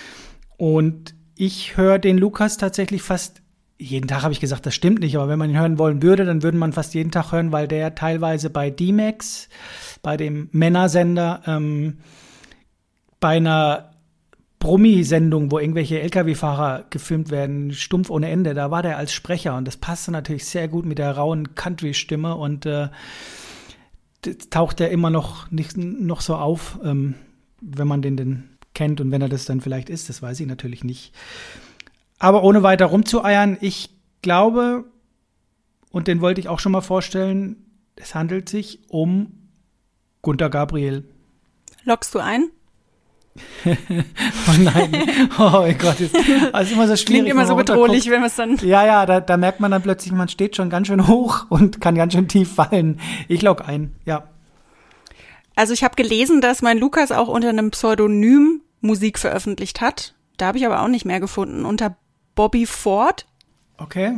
und ich höre den Lukas tatsächlich fast jeden Tag, habe ich gesagt, das stimmt nicht, aber wenn man ihn hören wollen würde, dann würde man fast jeden Tag hören, weil der teilweise bei D-Max, bei dem Männersender, ähm, bei einer Brummi-Sendung, wo irgendwelche L K W-Fahrer gefilmt werden, stumpf ohne Ende, da war der als Sprecher, und das passte natürlich sehr gut mit der rauen Country-Stimme, und äh, taucht er immer noch nicht noch so auf, ähm, wenn man den denn kennt, und wenn er das dann vielleicht ist, das weiß ich natürlich nicht. Aber ohne weiter rumzueiern, ich glaube, und den wollte ich auch schon mal vorstellen, es handelt sich um Gunter Gabriel. Loggst du ein? Oh nein, oh mein Gott, ist, also immer so schwierig. Klingt immer so bedrohlich, wenn man es dann... Ja, ja, da, da merkt man dann plötzlich, man steht schon ganz schön hoch und kann ganz schön tief fallen. Ich log ein, ja. Also ich habe gelesen, dass mein Lukas auch unter einem Pseudonym Musik veröffentlicht hat. Da habe ich aber auch nicht mehr gefunden. Unter Bobby Ford. Okay.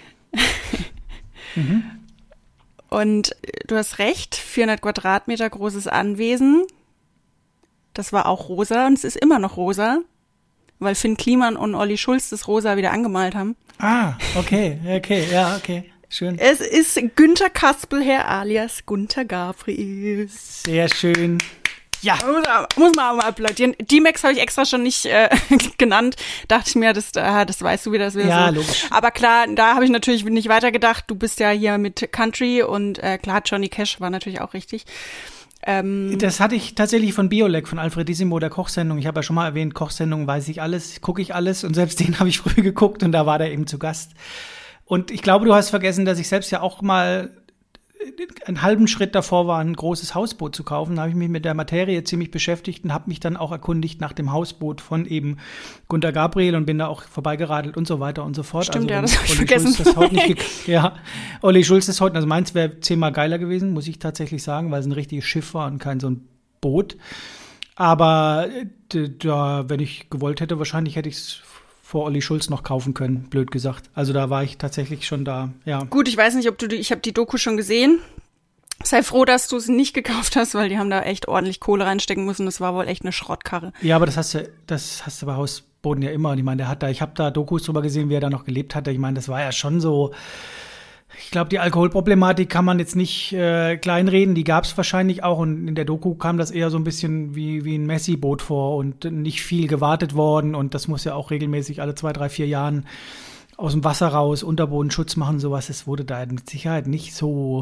mhm. Und du hast recht, vierhundert Quadratmeter großes Anwesen. Das war auch rosa, und es ist immer noch rosa, weil Finn Kliman und Olli Schulz das rosa wieder angemalt haben. Ah, okay, okay, ja, okay, schön. Es ist Günter Kaspelherr alias Gunter Gabriel. Sehr schön. Ja. Muss, muss man auch mal applaudieren. D-Max habe ich extra schon nicht äh, genannt. Dachte ich mir, das, äh, das weißt du, wie das wieder ja, so. Logisch. Aber klar, da habe ich natürlich nicht weitergedacht. Du bist ja hier mit Country, und äh, klar, Johnny Cash war natürlich auch richtig. Ähm, das hatte ich tatsächlich von Biolek, von Alfredissimo, der Kochsendung. Ich habe ja schon mal erwähnt, Kochsendung weiß ich alles, gucke ich alles, und selbst den habe ich früh geguckt, und da war der eben zu Gast. Und ich glaube, du hast vergessen, dass ich selbst ja auch mal einen halben Schritt davor war, ein großes Hausboot zu kaufen. Da habe ich mich mit der Materie ziemlich beschäftigt und habe mich dann auch erkundigt nach dem Hausboot von eben Gunter Gabriel und bin da auch vorbeigeradelt und so weiter und so fort. Stimmt, also, ja, das habe ich Olli vergessen. Schulz das heute nicht gek- ja, Olli Schulz ist heute, also meins wäre zehnmal geiler gewesen, muss ich tatsächlich sagen, weil es ein richtiges Schiff war und kein so ein Boot. Aber d- da, wenn ich gewollt hätte, wahrscheinlich hätte ich es vor Olli Schulz noch kaufen können, blöd gesagt. Also da war ich tatsächlich schon da, ja. Gut, ich weiß nicht, ob du die, ich habe die Doku schon gesehen. Sei froh, dass du es nicht gekauft hast, weil die haben da echt ordentlich Kohle reinstecken müssen. Das war wohl echt eine Schrottkarre. Ja, aber das hast du, das hast du bei Hausboden ja immer. Und ich meine, der hat da, ich habe da Dokus drüber gesehen, wie er da noch gelebt hatte. Ich meine, das war ja schon so. Ich glaube, die Alkoholproblematik kann man jetzt nicht äh, kleinreden. Die gab es wahrscheinlich auch. Und in der Doku kam das eher so ein bisschen wie, wie ein Messi-Boot vor und nicht viel gewartet worden. Und das muss ja auch regelmäßig alle zwei, drei, vier Jahren aus dem Wasser raus, Unterbodenschutz machen, sowas. Es wurde da mit Sicherheit nicht so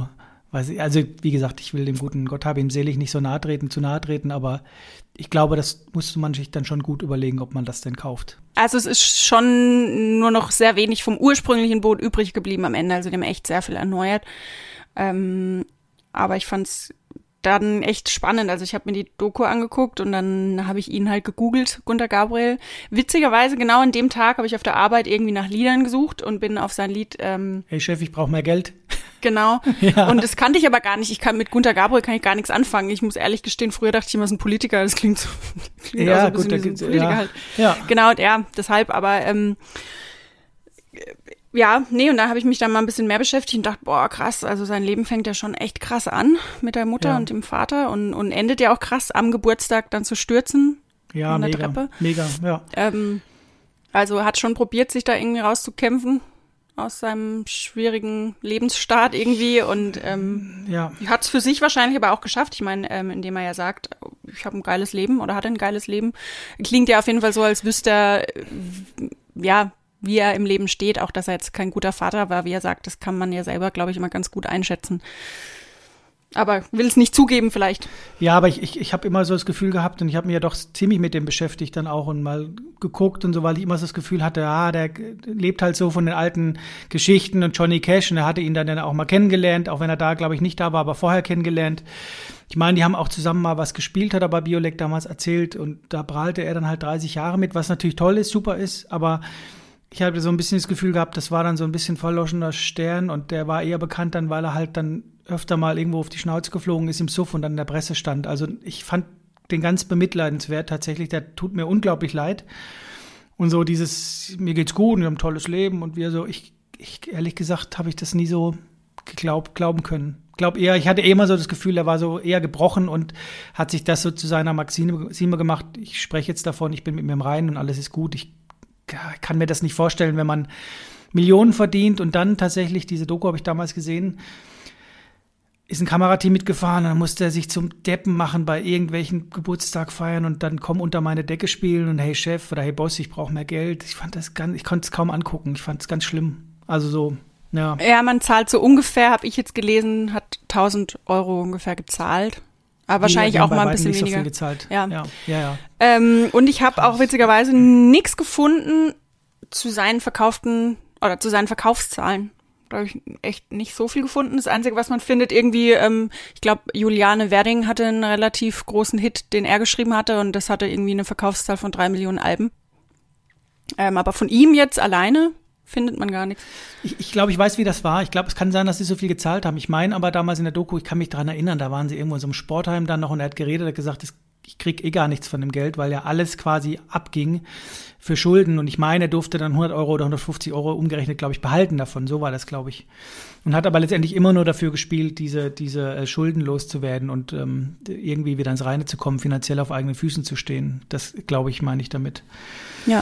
weiß ich, also wie gesagt, ich will dem guten Gott habe ihm selig nicht so nahe treten, zu nahe treten, aber ich glaube, das musste man sich dann schon gut überlegen, ob man das denn kauft. Also es ist schon nur noch sehr wenig vom ursprünglichen Boot übrig geblieben am Ende, also die haben echt sehr viel erneuert. Ähm, aber ich fand's dann echt spannend. Also ich habe mir die Doku angeguckt und dann habe ich ihn halt gegoogelt, Gunter Gabriel. Witzigerweise, genau an dem Tag habe ich auf der Arbeit irgendwie nach Liedern gesucht und bin auf sein Lied ähm, Hey Chef, ich brauche mehr Geld. Genau. Ja. Und das kannte ich aber gar nicht. Ich kann mit Gunter Gabriel kann ich gar nichts anfangen. Ich muss ehrlich gestehen, früher dachte ich immer, es ist ein Politiker. Das klingt so, klingt ja, auch so ein gut, bisschen wie so ein Politiker ja. halt. Ja. Genau, ja, deshalb, aber ähm, ja, nee, und da habe ich mich dann mal ein bisschen mehr beschäftigt und dachte, boah, krass, also sein Leben fängt ja schon echt krass an mit der Mutter Ja. und dem Vater und, und endet ja auch krass am Geburtstag dann zu stürzen. Ja, an der mega, Treppe. mega, ja. Ähm, also hat schon probiert, sich da irgendwie rauszukämpfen aus seinem schwierigen Lebensstart irgendwie und ähm, Ja. hat es für sich wahrscheinlich aber auch geschafft. Ich meine, ähm, indem er ja sagt, ich habe ein geiles Leben oder hatte ein geiles Leben. Klingt ja auf jeden Fall so, als wüsste er, äh, ja, wie er im Leben steht, auch dass er jetzt kein guter Vater war, wie er sagt, das kann man ja selber, glaube ich, immer ganz gut einschätzen. Aber will es nicht zugeben vielleicht. Ja, aber ich, ich, ich habe immer so das Gefühl gehabt und ich habe mich ja doch ziemlich mit dem beschäftigt dann auch und mal geguckt und so, weil ich immer so das Gefühl hatte, ja, der lebt halt so von den alten Geschichten und Johnny Cash und er hatte ihn dann, dann auch mal kennengelernt, auch wenn er da, glaube ich, nicht da war, aber vorher kennengelernt. Ich meine, die haben auch zusammen mal was gespielt, hat er bei Biolek damals erzählt und da prahlte er dann halt dreißig Jahre mit, was natürlich toll ist, super ist, aber ich habe so ein bisschen das Gefühl gehabt, das war dann so ein bisschen verloschener Stern und der war eher bekannt dann, weil er halt dann öfter mal irgendwo auf die Schnauze geflogen ist im Suff und dann in der Presse stand. Also ich fand den ganz bemitleidenswert tatsächlich, der tut mir unglaublich leid. Und so dieses, mir geht's gut und wir haben ein tolles Leben und wir so, ich, ich ehrlich gesagt, habe ich das nie so geglaubt, glauben können. Ich glaube eher, ich hatte eh immer so das Gefühl, er war so eher gebrochen und hat sich das so zu seiner Maxime gemacht. Ich spreche jetzt davon, ich bin mit mir im Reinen und alles ist gut. Ich kann mir das nicht vorstellen, wenn man Millionen verdient und dann tatsächlich, diese Doku habe ich damals gesehen, ist ein Kamerateam mitgefahren, dann musste er sich zum Deppen machen bei irgendwelchen Geburtstagfeiern und dann komm unter meine Decke spielen und hey Chef oder hey Boss, ich brauche mehr Geld. Ich fand das ganz, ich konnte es kaum angucken. Ich fand es ganz schlimm. Also so, ja. Ja, man zahlt so ungefähr, habe ich jetzt gelesen, hat tausend Euro ungefähr gezahlt. Aber wahrscheinlich Die haben auch bei mal ein weitem bisschen nicht so weniger. viel gezahlt. Ja. ja, ja. ja. Ähm, und ich habe auch witzigerweise nichts gefunden zu seinen verkauften oder zu seinen Verkaufszahlen. Da habe ich echt nicht so viel gefunden. Das Einzige, was man findet, irgendwie, ähm, ich glaube, Juliane Werding hatte einen relativ großen Hit, den er geschrieben hatte und das hatte irgendwie eine Verkaufszahl von drei Millionen Alben. Ähm, aber von ihm jetzt alleine findet man gar nichts. Ich, ich glaube, ich weiß, wie das war. Ich glaube, es kann sein, dass sie so viel gezahlt haben. Ich meine aber damals in der Doku, ich kann mich daran erinnern, da waren sie irgendwo in so einem Sportheim dann noch und er hat geredet, hat gesagt, das, ich krieg eh gar nichts von dem Geld, weil ja alles quasi abging für Schulden. Und ich meine, er durfte dann hundert Euro oder hundertfünfzig Euro umgerechnet, glaube ich, behalten davon. So war das, glaube ich. Und hat aber letztendlich immer nur dafür gespielt, diese, diese äh, Schulden loszuwerden und ähm, irgendwie wieder ins Reine zu kommen, finanziell auf eigenen Füßen zu stehen. Das, glaube ich, meine ich damit. Ja.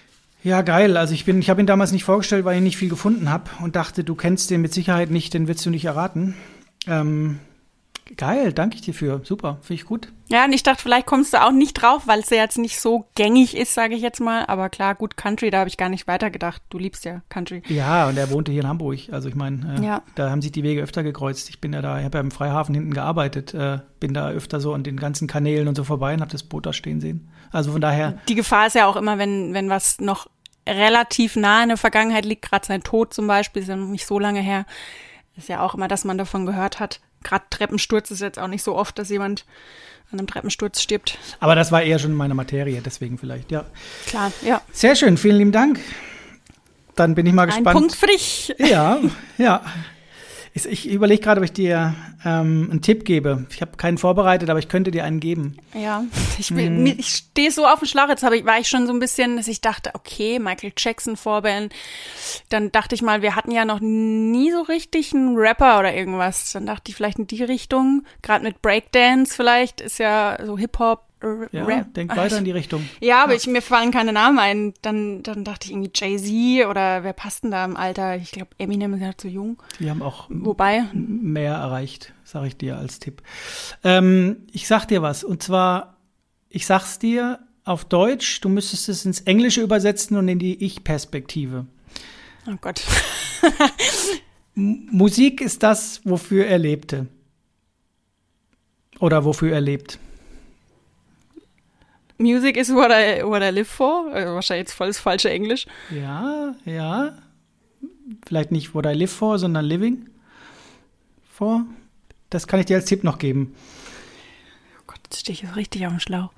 Ja, geil. Also ich bin, ich habe ihn damals nicht vorgestellt, weil ich nicht viel gefunden habe und dachte, du kennst den mit Sicherheit nicht, den wirst du nicht erraten. Ähm, geil, danke ich dir für. Super, finde ich gut. Ja, und ich dachte, vielleicht kommst du auch nicht drauf, weil es ja jetzt nicht so gängig ist, sage ich jetzt mal. Aber klar, gut, Country, da habe ich gar nicht weitergedacht. Du liebst ja Country. Ja, und er wohnte hier in Hamburg. Also ich meine, äh, ja. da haben sich die Wege öfter gekreuzt. Ich bin ja da, ich habe ja im Freihafen hinten gearbeitet, äh, bin da öfter so an den ganzen Kanälen und so vorbei und habe das Boot da stehen sehen. Also von daher. Die Gefahr ist ja auch immer, wenn, wenn was noch relativ nah in der Vergangenheit liegt, gerade sein Tod zum Beispiel, ist ja noch nicht so lange her, ist ja auch immer, dass man davon gehört hat. Gerade Treppensturz ist jetzt auch nicht so oft, dass jemand an einem Treppensturz stirbt. Aber das war eher schon meine Materie, deswegen vielleicht, ja. Klar, ja. Sehr schön, vielen lieben Dank. Dann bin ich mal gespannt. Ein Punkt für dich. Ja, ja. Ich, ich überlege gerade, ob ich dir ähm, einen Tipp gebe. Ich habe keinen vorbereitet, aber ich könnte dir einen geben. Ja, ich, mm. ich stehe so auf dem Schlauch. Jetzt hab ich, war ich schon so ein bisschen, dass ich dachte, okay, Michael Jackson Vorband. Dann dachte ich mal, wir hatten ja noch nie so richtig einen Rapper oder irgendwas. Dann dachte ich vielleicht in die Richtung. Gerade mit Breakdance vielleicht, ist ja so Hip-Hop. Ja, Rap. denk weiter in die Richtung. Ja, aber ja. Ich, mir fallen keine Namen ein. Dann, dann dachte ich irgendwie Jay-Z oder wer passt denn da im Alter? Ich glaube, Eminem ist ja zu jung. Die haben auch Wobei mehr erreicht, sage ich dir als Tipp. Ähm, ich sag dir was, und zwar, ich sag's dir auf Deutsch, du müsstest es ins Englische übersetzen und in die Ich-Perspektive. Oh Gott. M- Musik ist das, wofür er lebte. Oder wofür er lebt. Music is what I, what I live for. Also wahrscheinlich jetzt voll das falsche Englisch. Ja, ja. Vielleicht nicht what I live for, sondern living for. Das kann ich dir als Tipp noch geben. Oh Gott, jetzt stehe ich so richtig auf dem Schlauch.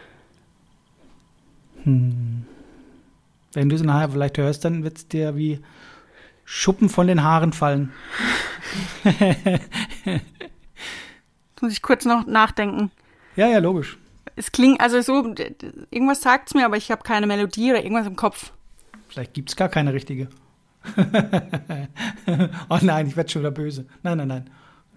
Hm. Wenn du es nachher vielleicht hörst, dann wird es dir wie Schuppen von den Haaren fallen. Jetzt muss ich kurz noch nachdenken. Ja, ja, logisch. Es klingt, also so, irgendwas sagt es mir, aber ich habe keine Melodie oder irgendwas im Kopf. Vielleicht gibt es gar keine richtige. Oh nein, ich werde schon wieder böse. Nein, nein,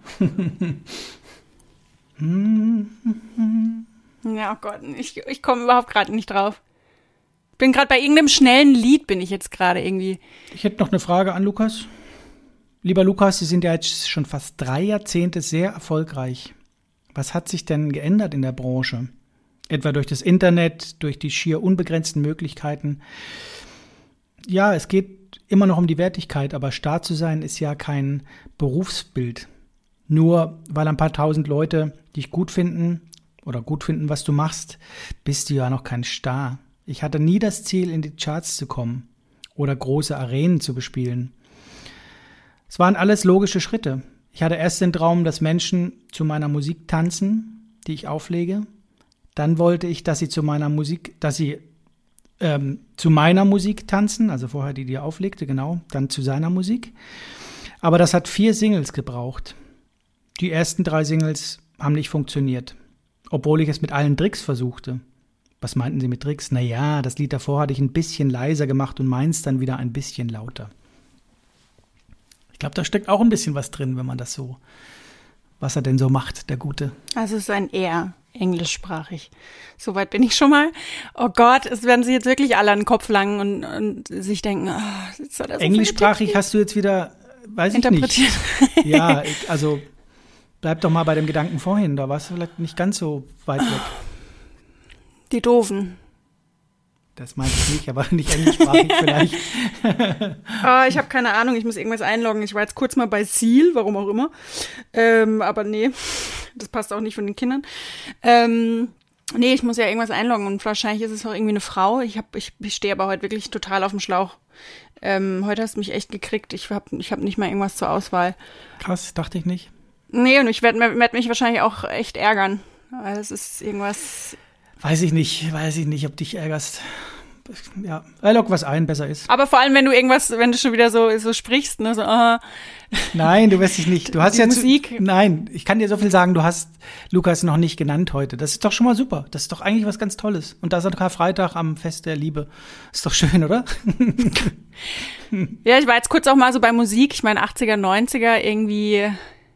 nein. Ja, oh Gott, ich, ich komme überhaupt gerade nicht drauf. Bin gerade bei irgendeinem schnellen Lied, bin ich jetzt gerade irgendwie. Ich hätte noch eine Frage an Lukas. Lieber Lukas, Sie sind ja jetzt schon fast drei Jahrzehnte sehr erfolgreich. Was hat sich denn geändert in der Branche? Etwa durch das Internet, durch die schier unbegrenzten Möglichkeiten. Ja, es geht immer noch um die Wertigkeit, aber Star zu sein ist ja kein Berufsbild. Nur weil ein paar tausend Leute dich gut finden oder gut finden, was du machst, bist du ja noch kein Star. Ich hatte nie das Ziel, in die Charts zu kommen oder große Arenen zu bespielen. Es waren alles logische Schritte. Ich hatte erst den Traum, dass Menschen zu meiner Musik tanzen, die ich auflege. Dann wollte ich, dass sie zu meiner Musik, dass sie ähm, zu meiner Musik tanzen, also vorher die, die er auflegte, genau, dann zu seiner Musik. Aber das hat vier Singles gebraucht. Die ersten drei Singles haben nicht funktioniert, obwohl ich es mit allen Tricks versuchte. Was meinten Sie mit Tricks? Naja, das Lied davor hatte ich ein bisschen leiser gemacht und meins dann wieder ein bisschen lauter. Ich glaube, da steckt auch ein bisschen was drin, wenn man das so, was er denn so macht, der Gute. Also es ist ein eher englischsprachig. Soweit bin ich schon mal. Oh Gott, es werden sich jetzt wirklich alle an den Kopf langen und, und sich denken, oh, jetzt hat er so englischsprachig hast du jetzt wieder, weiß ich interpretiert. nicht. Ja, ich, also bleib doch mal bei dem Gedanken vorhin, da warst du vielleicht nicht ganz so weit weg. Die Doofen. Das meinte ich nicht, aber nicht englischsprachig vielleicht. Oh, ich habe keine Ahnung, ich muss irgendwas einloggen. Ich war jetzt kurz mal bei Seal, warum auch immer. Ähm, aber nee, das passt auch nicht von den Kindern. Ähm, nee, ich muss ja irgendwas einloggen und wahrscheinlich ist es auch irgendwie eine Frau. Ich, hab, ich, ich stehe aber heute wirklich total auf dem Schlauch. Ähm, heute hast du mich echt gekriegt. Ich habe ich hab nicht mal irgendwas zur Auswahl. Krass, dachte ich nicht. Nee, und ich werde werd mich wahrscheinlich auch echt ärgern. Weil es ist irgendwas... Weiß ich nicht, weiß ich nicht, ob dich ärgerst. Ja, log was ein, besser ist. Aber vor allem, wenn du irgendwas, wenn du schon wieder so, so sprichst, ne, so, ah. Nein, du wirst dich nicht. Du hast Die ja Musik. Zu, nein, ich kann dir so viel sagen, du hast Lukas noch nicht genannt heute. Das ist doch schon mal super. Das ist doch eigentlich was ganz Tolles. Und da ist Karfreitag am Fest der Liebe. Ist doch schön, oder? Ja, ich war jetzt kurz auch mal so bei Musik. Ich meine, achtziger, neunziger irgendwie,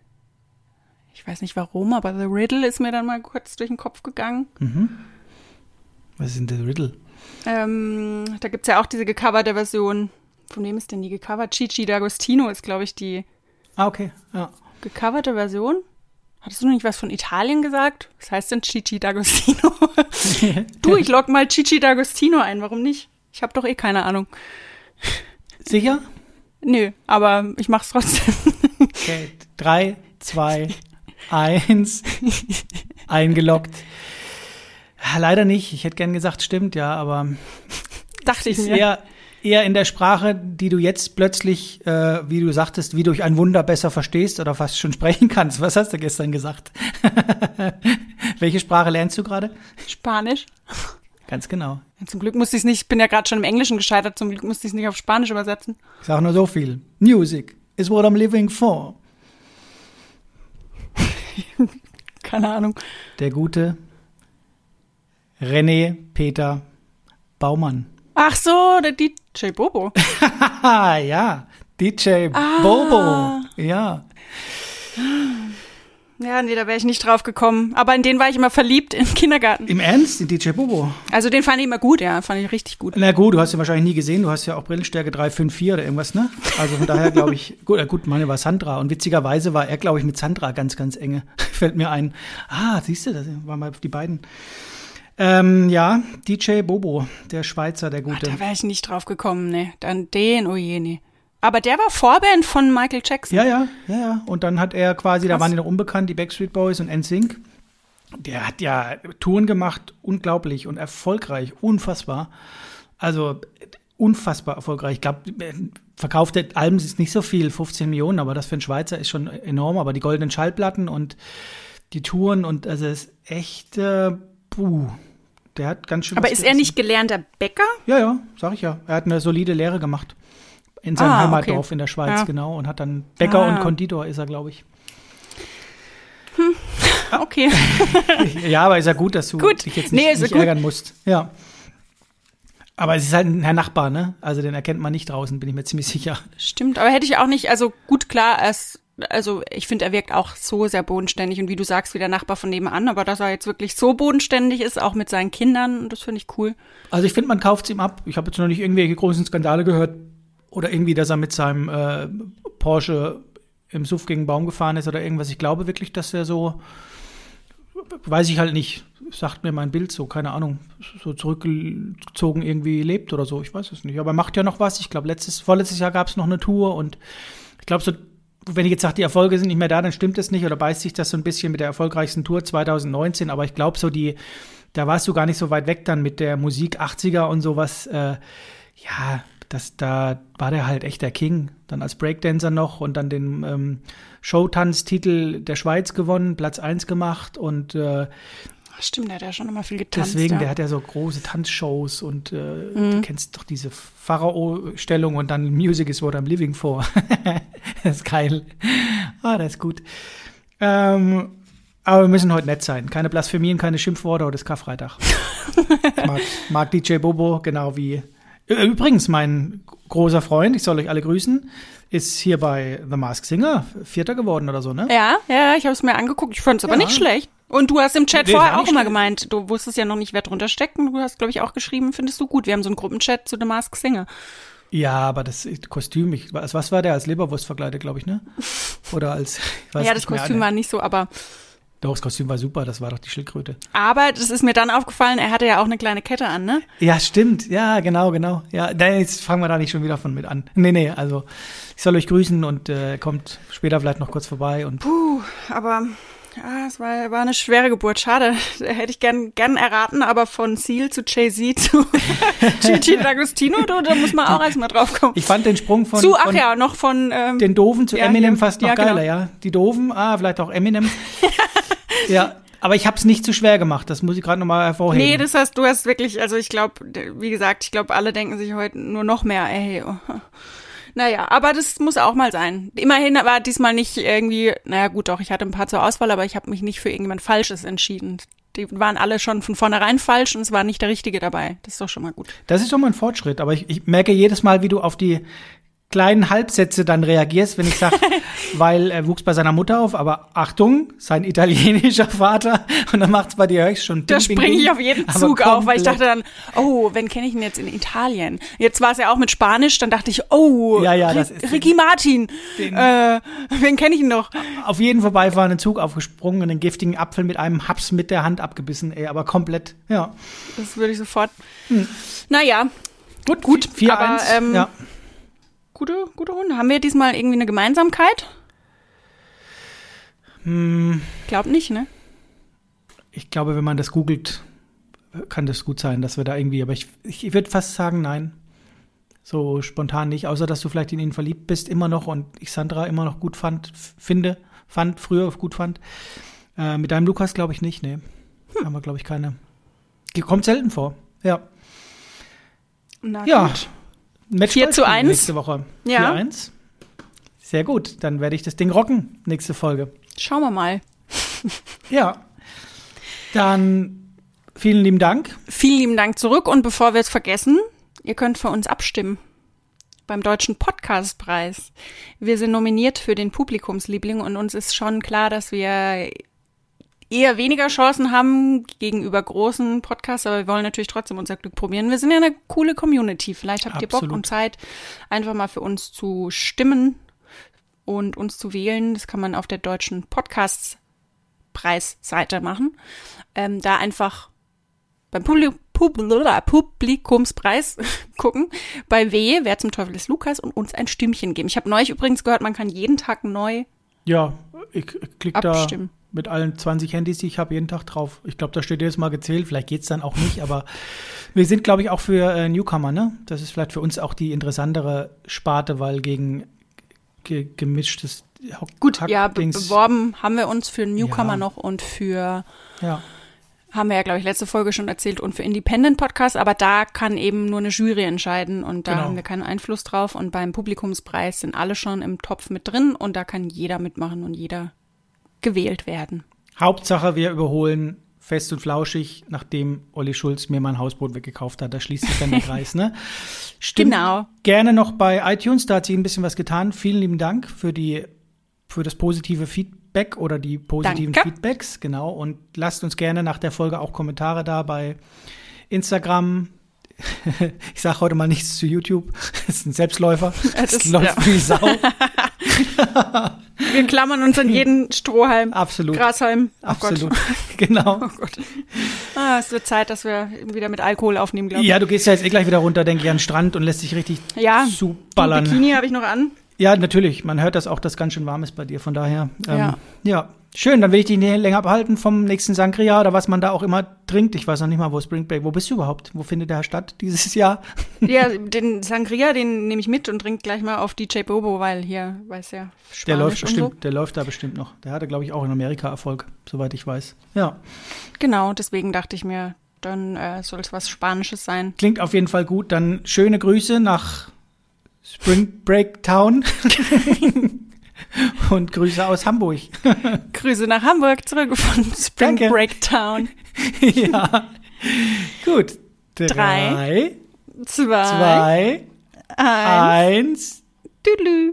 ich weiß nicht warum, aber The Riddle ist mir dann mal kurz durch den Kopf gegangen. Mhm. Was ist denn The Riddle? Ähm, da gibt's ja auch diese gecoverte Version. Von wem ist denn die gecovert? Gigi D'Agostino ist, glaube ich, die Ah, okay, ja. gecoverte Version. Hattest du noch nicht was von Italien gesagt? Was heißt denn Gigi D'Agostino? Du, ich log mal Gigi D'Agostino ein, warum nicht? Ich habe doch eh keine Ahnung. Sicher? Nö, aber ich mach's trotzdem. Okay, drei, zwei, eins, eingeloggt. Leider nicht. Ich hätte gern gesagt, stimmt, ja, aber dachte ich ist mir. Eher, eher in der Sprache, die du jetzt plötzlich, äh, wie du sagtest, wie durch ein Wunder besser verstehst oder fast schon sprechen kannst. Was hast du gestern gesagt? Welche Sprache lernst du gerade? Spanisch. Ganz genau. Ja, zum Glück musste ich es nicht, ich bin ja gerade schon im Englischen gescheitert, zum Glück musste ich es nicht auf Spanisch übersetzen. Ich sage nur so viel. Music is what I'm living for. Keine Ahnung. Der gute René Peter Baumann. Ach so, der D J Bobo. Ja, D J Ah. Bobo. Ja. Ja, nee, da wäre ich nicht drauf gekommen. Aber in den war ich immer verliebt im Kindergarten. Im Ernst, den D J Bobo? Also den fand ich immer gut, ja, fand ich richtig gut. Na gut, du hast ihn wahrscheinlich nie gesehen. Du hast ja auch Brillenstärke drei fünf vier oder irgendwas, ne? Also von daher glaube ich, gut, äh, gut, meine war Sandra. Und witzigerweise war er, glaube ich, mit Sandra ganz, ganz enge. Fällt mir ein. Ah, siehst du, das waren mal die beiden. Ähm, ja, D J Bobo, der Schweizer, der Ach, Gute. da wäre ich nicht drauf gekommen, ne. Dann den, oh je, ne. Aber der war Vorband von Michael Jackson. Ja, ja, ja, ja. Und dann hat er quasi, Krass. Da waren die noch unbekannt, die Backstreet Boys und N Sync. Der hat ja Touren gemacht, unglaublich und erfolgreich, unfassbar. Also unfassbar erfolgreich. Ich glaube, verkaufte Alben ist nicht so viel, fünfzehn Millionen, aber das für einen Schweizer ist schon enorm. Aber die goldenen Schallplatten und die Touren und also es ist echt, äh, puh, der hat ganz schön. Aber ist er nicht gelernter Bäcker? Ja, ja, sag ich ja. Er hat eine solide Lehre gemacht. In seinem ah, Heimatdorf okay. in der Schweiz, ja. genau. Und hat dann Bäcker ah. und Konditor ist er, glaube ich. Hm. Okay. Ja, aber ist ja gut, dass du gut. dich jetzt nicht, nee, nicht ärgern musst. Ja. Aber es ist halt ein Herr Nachbar, ne? Also den erkennt man nicht draußen, bin ich mir ziemlich sicher. Stimmt, aber hätte ich auch nicht, also gut, klar, es, also ich finde, er wirkt auch so sehr bodenständig und wie du sagst, wie der Nachbar von nebenan, aber dass er jetzt wirklich so bodenständig ist, auch mit seinen Kindern, das finde ich cool. Also ich finde, man kauft es ihm ab. Ich habe jetzt noch nicht irgendwelche großen Skandale gehört oder irgendwie, dass er mit seinem äh, Porsche im Suff gegen einen Baum gefahren ist oder irgendwas. Ich glaube wirklich, dass er so, weiß ich halt nicht, sagt mir mein Bild so, keine Ahnung, so zurückgezogen irgendwie lebt oder so, ich weiß es nicht. Aber er macht ja noch was. Ich glaube, letztes, vorletztes Jahr gab es noch eine Tour und ich glaube so, wenn ich jetzt sage, die Erfolge sind nicht mehr da, dann stimmt das nicht oder beißt sich das so ein bisschen mit der erfolgreichsten Tour zwanzig neunzehn, aber ich glaube so, die, da warst du gar nicht so weit weg dann mit der Musik achtziger und sowas, äh, ja, das, da war der halt echt der King. Dann als Breakdancer noch und dann den ähm, Showtanztitel der Schweiz gewonnen, Platz eins gemacht und äh, stimmt, der hat ja schon immer viel getanzt. Deswegen, ja. der hat ja so große Tanzshows und äh, mhm. du kennst doch diese Pharao-Stellung und dann Music is what I'm living for. Das ist geil. Ah, das ist gut. Ähm, aber wir müssen heute nett sein. Keine Blasphemien, keine Schimpfworte, heute ist Karfreitag. Ich mag, mag D J Bobo, genau wie übrigens, mein großer Freund, ich soll euch alle grüßen, ist hier bei The Masked Singer Vierter geworden oder so, ne? Ja, ja, ich habe es mir angeguckt. Ich fand es aber ja. nicht schlecht. Und du hast im Chat nee, vorher auch immer gemeint, du wusstest ja noch nicht, wer drunter steckt. Und du hast, glaube ich, auch geschrieben, findest du gut. Wir haben so einen Gruppenchat zu The Masked Singer. Ja, aber das Kostüm, ich, als was war der? Als Leberwurst verkleidet, glaube ich, ne? Oder als, ich weiß ja, das Kostüm mehr, war nicht so, aber doch, das Kostüm war super, das war doch die Schildkröte. Aber das ist mir dann aufgefallen, er hatte ja auch eine kleine Kette an, ne? Ja, stimmt. Ja, genau, genau. Ja, jetzt fangen wir da nicht schon wieder von mit an. Nee, nee, also ich soll euch grüßen und äh, kommt später vielleicht noch kurz vorbei. Und Puh, aber ja, es war, war eine schwere Geburt. Schade, hätte ich gern, gern erraten, aber von Seal zu Jay-Z zu Gigi D'Agostino, da, da muss man auch erstmal drauf kommen. Ich fand den Sprung von, zu, ach von ja, noch von ähm, den Doofen zu ja, Eminem fast noch ja, geiler, genau. ja. Die Doofen, ah, vielleicht auch Eminem. Ja, aber ich habe es nicht zu schwer gemacht, das muss ich gerade nochmal hervorheben. Nee, das heißt, du hast wirklich, also ich glaube, wie gesagt, ich glaube, alle denken sich heute nur noch mehr, ey, oh. Naja, aber das muss auch mal sein. Immerhin war diesmal nicht irgendwie, naja gut, doch, ich hatte ein paar zur Auswahl, aber ich habe mich nicht für irgendjemand Falsches entschieden. Die waren alle schon von vornherein falsch und es war nicht der Richtige dabei. Das ist doch schon mal gut. Das ist doch mal ein Fortschritt, aber ich, ich merke jedes Mal, wie du auf die kleinen Halbsätze dann reagierst, wenn ich sage, weil er wuchs bei seiner Mutter auf, aber Achtung, sein italienischer Vater und dann macht's bei dir schon da springe ich auf jeden Zug auf, weil ich dachte dann, oh, wen kenne ich denn jetzt in Italien? Jetzt war es ja auch mit Spanisch, dann dachte ich, oh, ja, ja, R- das ist Ricky Martin, den, äh, wen kenne ich denn noch? Auf jeden vorbeifahrenden Zug aufgesprungen und den giftigen Apfel mit einem Haps mit der Hand abgebissen, ey, aber komplett, ja. Das würde ich sofort, hm. naja. Gut, gut, vier eins, ähm, ja. Gute, gute Runde. Haben wir diesmal irgendwie eine Gemeinsamkeit? Hm. Glaub nicht, ne? Ich glaube, wenn man das googelt, kann das gut sein, dass wir da irgendwie, aber ich, ich würde fast sagen, nein. So spontan nicht, außer dass du vielleicht in ihn verliebt bist, immer noch und ich Sandra immer noch gut fand, finde, fand, früher gut fand. Äh, mit deinem Lukas glaube ich nicht, nee. Hm. Haben wir, glaube ich, keine. Kommt selten vor, ja. Na ja. Gut. Match vier zu eins. Nächste Woche. Ja. vier eins. Sehr gut. Dann werde ich das Ding rocken. Nächste Folge. Schauen wir mal. Ja. Dann vielen lieben Dank. Vielen lieben Dank zurück. Und bevor wir es vergessen, ihr könnt für uns abstimmen. Beim Deutschen Podcastpreis. Wir sind nominiert für den Publikumsliebling und uns ist schon klar, dass wir eher weniger Chancen haben gegenüber großen Podcasts, aber wir wollen natürlich trotzdem unser Glück probieren. Wir sind ja eine coole Community. Vielleicht habt Absolut. ihr Bock und Zeit, einfach mal für uns zu stimmen und uns zu wählen. Das kann man auf der Deutschen Podcastpreisseite machen. Ähm, da einfach beim Pub- Publikumspreis gucken. Bei W, Wer zum Teufel ist Lukas, und uns ein Stimmchen geben. Ich habe neulich übrigens gehört, man kann jeden Tag neu Ja, ich, ich klicke da abstimmen. mit allen zwanzig Handys, die ich habe, jeden Tag drauf. Ich glaube, da steht jedes Mal gezählt. Vielleicht geht's dann auch nicht, aber wir sind, glaube ich, auch für äh, Newcomer, ne? Das ist vielleicht für uns auch die interessantere Sparte, weil gegen ge- gemischtes Gut, ja, be- Dings- beworben haben wir uns für Newcomer Ja. noch und für, Ja, haben wir ja, glaube ich, letzte Folge schon erzählt, und für Independent Podcast, aber da kann eben nur eine Jury entscheiden und da Genau. haben wir keinen Einfluss drauf, und beim Publikumspreis sind alle schon im Topf mit drin und da kann jeder mitmachen und jeder gewählt werden. Hauptsache, wir überholen fest und flauschig, nachdem Olli Schulz mir mein Hausboot weggekauft hat. Da schließt sich dann der Kreis, ne? Stimmt. Genau. Gerne noch bei iTunes, da hat sich ein bisschen was getan. Vielen lieben Dank für die, für das positive Feedback oder die positiven Danke. Feedbacks, genau. Und lasst uns gerne nach der Folge auch Kommentare da bei Instagram. Ich sage heute mal nichts zu YouTube. Das ist ein Selbstläufer. Das Das ist- läuft ja. wie Sau. Wir klammern uns an jeden Strohhalm, Absolut. Grashalm. Oh Absolut. Gott. Genau. Oh Gott. Ah, es wird Zeit, dass wir wieder mit Alkohol aufnehmen, glaube ich. Ja, du gehst ja jetzt eh gleich wieder runter, denke ich, an den Strand und lässt dich richtig Ja, zuballern. Du, Bikini habe ich noch an. Ja, natürlich. Man hört das auch, dass ganz schön warm ist bei dir. Von daher, ähm, Ja. ja. Schön, dann will ich dich nicht länger abhalten vom nächsten Sangria oder was man da auch immer trinkt. Ich weiß noch nicht mal, wo Spring Break, wo bist du überhaupt? Wo findet der statt dieses Jahr? Ja, den Sangria, den nehme ich mit und trinke gleich mal auf D J Bobo, weil hier, weiß ja, Spanisch Der läuft und bestimmt, so. der läuft da bestimmt noch. Der hatte, glaube ich, auch in Amerika Erfolg, soweit ich weiß. Ja, Genau, deswegen dachte ich mir, dann äh, soll es was Spanisches sein. klingt auf jeden Fall gut. Dann schöne Grüße nach Spring Break Town und Grüße aus Hamburg. Grüße nach Hamburg, zurück von Spring Danke. Break Town. Ja, gut. Drei. Drei, Zwei, zwei, eins, eins. Tüdelü.